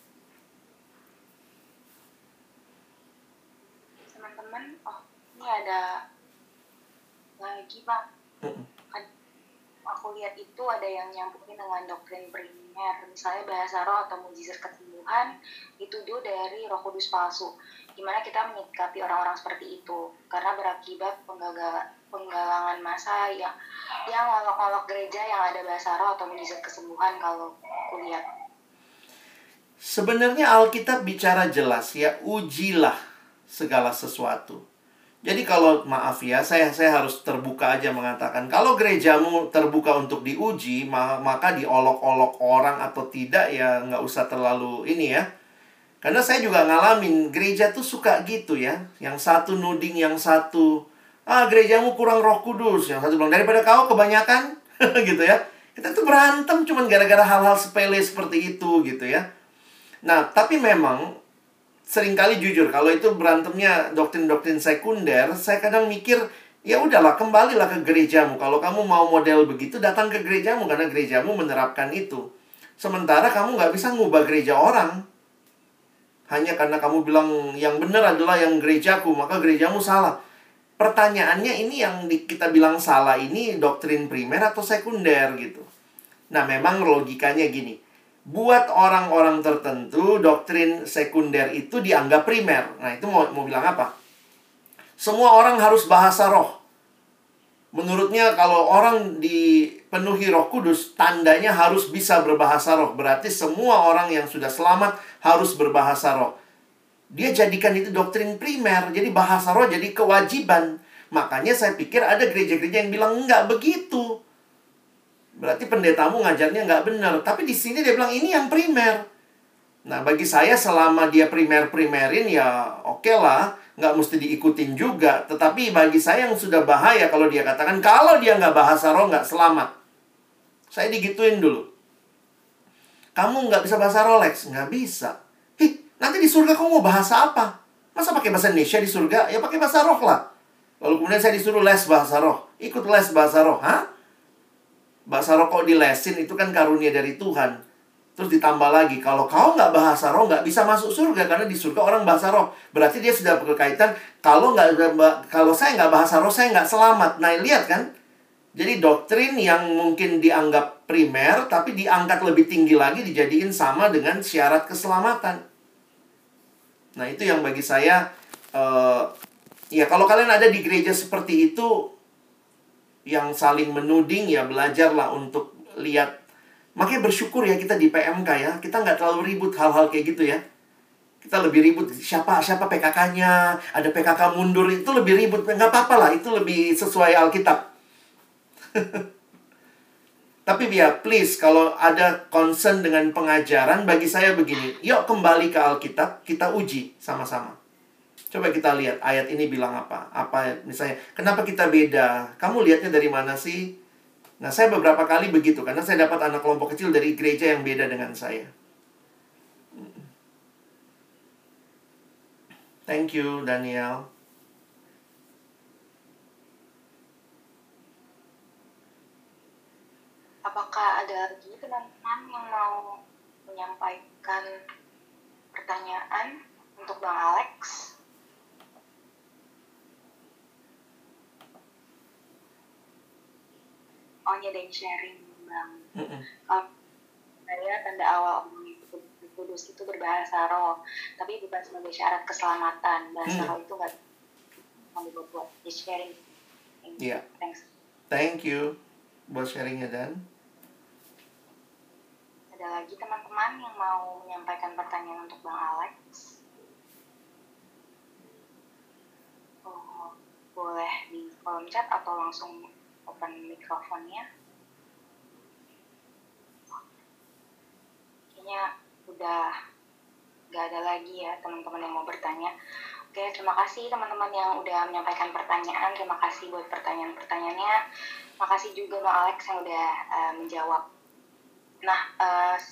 Teman-teman, oh ini ada lagi Pak. Kan aku lihat itu ada yang nyambungin dengan doktrin primer. Misalnya bahasa roh atau mujizat kesembuhan itu dulu dari Roh Kudus palsu. Gimana kita menyikapi orang-orang seperti itu? Karena berakibat penggagal, penggalangan massa yang yang ngolok-ngolok gereja yang ada bahasa roh atau mujizat kesembuhan kalau kulihat. Sebenarnya Alkitab bicara jelas ya, ujilah segala sesuatu. Jadi kalau maaf ya, saya saya harus terbuka aja mengatakan, kalau gerejamu terbuka untuk diuji, maka diolok-olok orang atau tidak ya nggak usah terlalu ini ya. Karena saya juga ngalamin gereja tuh suka gitu ya. Yang satu nuding yang satu, ah gerejamu kurang Roh Kudus. Yang satu bilang daripada kau kebanyakan gitu ya. Kita tuh berantem cuman gara-gara hal-hal sepele seperti itu gitu ya. Nah, tapi memang seringkali jujur kalau itu berantemnya doktrin-doktrin sekunder, saya kadang mikir, ya udahlah kembalilah ke gerejamu. Kalau kamu mau model begitu, datang ke gerejamu karena gerejamu menerapkan itu. Sementara kamu nggak bisa ngubah gereja orang. Hanya karena kamu bilang yang benar adalah yang gerejaku, maka gerejamu salah. Pertanyaannya ini yang kita bilang salah ini doktrin primer atau sekunder gitu. Nah, memang logikanya gini. Buat orang-orang tertentu, doktrin sekunder itu dianggap primer. Nah, itu mau, mau bilang apa? Semua orang harus bahasa roh. Menurutnya kalau orang dipenuhi Roh Kudus, tandanya harus bisa berbahasa roh. Berarti semua orang yang sudah selamat harus berbahasa roh. Dia jadikan itu doktrin primer. Jadi bahasa roh jadi kewajiban. Makanya saya pikir ada gereja-gereja yang bilang enggak begitu. Berarti pendetamu ngajarnya enggak benar. Tapi di sini dia bilang ini yang primer. Nah, bagi saya selama dia primer-primerin ya oke okay lah. Nggak mesti diikutin juga. Tetapi bagi saya yang sudah bahaya kalau dia katakan, kalau dia nggak bahasa roh, nggak selamat. Saya digituin dulu. Kamu nggak bisa bahasa roh, Lex? Nggak bisa. Hih, nanti di surga kamu mau bahasa apa? Masa pakai bahasa Indonesia di surga? Ya pakai bahasa roh lah. Lalu kemudian saya disuruh les bahasa roh. Ikut les bahasa roh. Hah? Bahasa roh kok dilesin, itu kan karunia dari Tuhan. Terus ditambah lagi, kalau kau nggak bahasa roh, nggak bisa masuk surga. Karena di surga orang bahasa roh. Berarti dia sudah berkaitan, kalau nggak kalau saya nggak bahasa roh, saya nggak selamat. Nah, lihat kan? Jadi doktrin yang mungkin dianggap primer, tapi diangkat lebih tinggi lagi, dijadiin sama dengan syarat keselamatan. Nah, itu yang bagi saya, uh, ya kalau kalian ada di gereja seperti itu, yang saling menuding, ya belajarlah untuk lihat. Makanya bersyukur ya kita di P M K ya. Kita nggak terlalu ribut hal-hal kayak gitu ya. Kita lebih ribut siapa siapa P K K-nya, ada P K K mundur, itu lebih ribut. Nggak apa-apa lah, itu lebih sesuai Alkitab. Tapi ya please, kalau ada concern dengan pengajaran, bagi saya begini. Yuk kembali ke Alkitab, kita uji sama-sama. Coba kita lihat ayat ini bilang apa. Apa misalnya, kenapa kita beda? Kamu lihatnya dari mana sih? Nah, saya beberapa kali begitu, karena saya dapat anak kelompok kecil dari gereja yang beda dengan saya. Thank you, Daniel. Apakah ada lagi teman-teman yang mau menyampaikan pertanyaan untuk Bang Alex? Oh, ada yang sharing, Bang. Mm-mm. Kalau saya tanda awal Kudus itu berbahasa roh, tapi bukan sebagai syarat keselamatan. Bahasa Hmm. roh itu nggak mau dibuat di sharing. Iya. Thanks. Thank you buat sharingnya, Dan. Ada lagi teman-teman yang mau menyampaikan pertanyaan untuk Bang Alex? Oh, boleh di kolom chat atau langsung open mikrofonnya. Kayaknya udah gak ada lagi ya teman-teman yang mau bertanya. Oke, terima kasih teman-teman yang udah menyampaikan pertanyaan. Terima kasih buat pertanyaan-pertanyaannya. Terima kasih juga Bang Alex yang udah uh, menjawab. Nah, uh,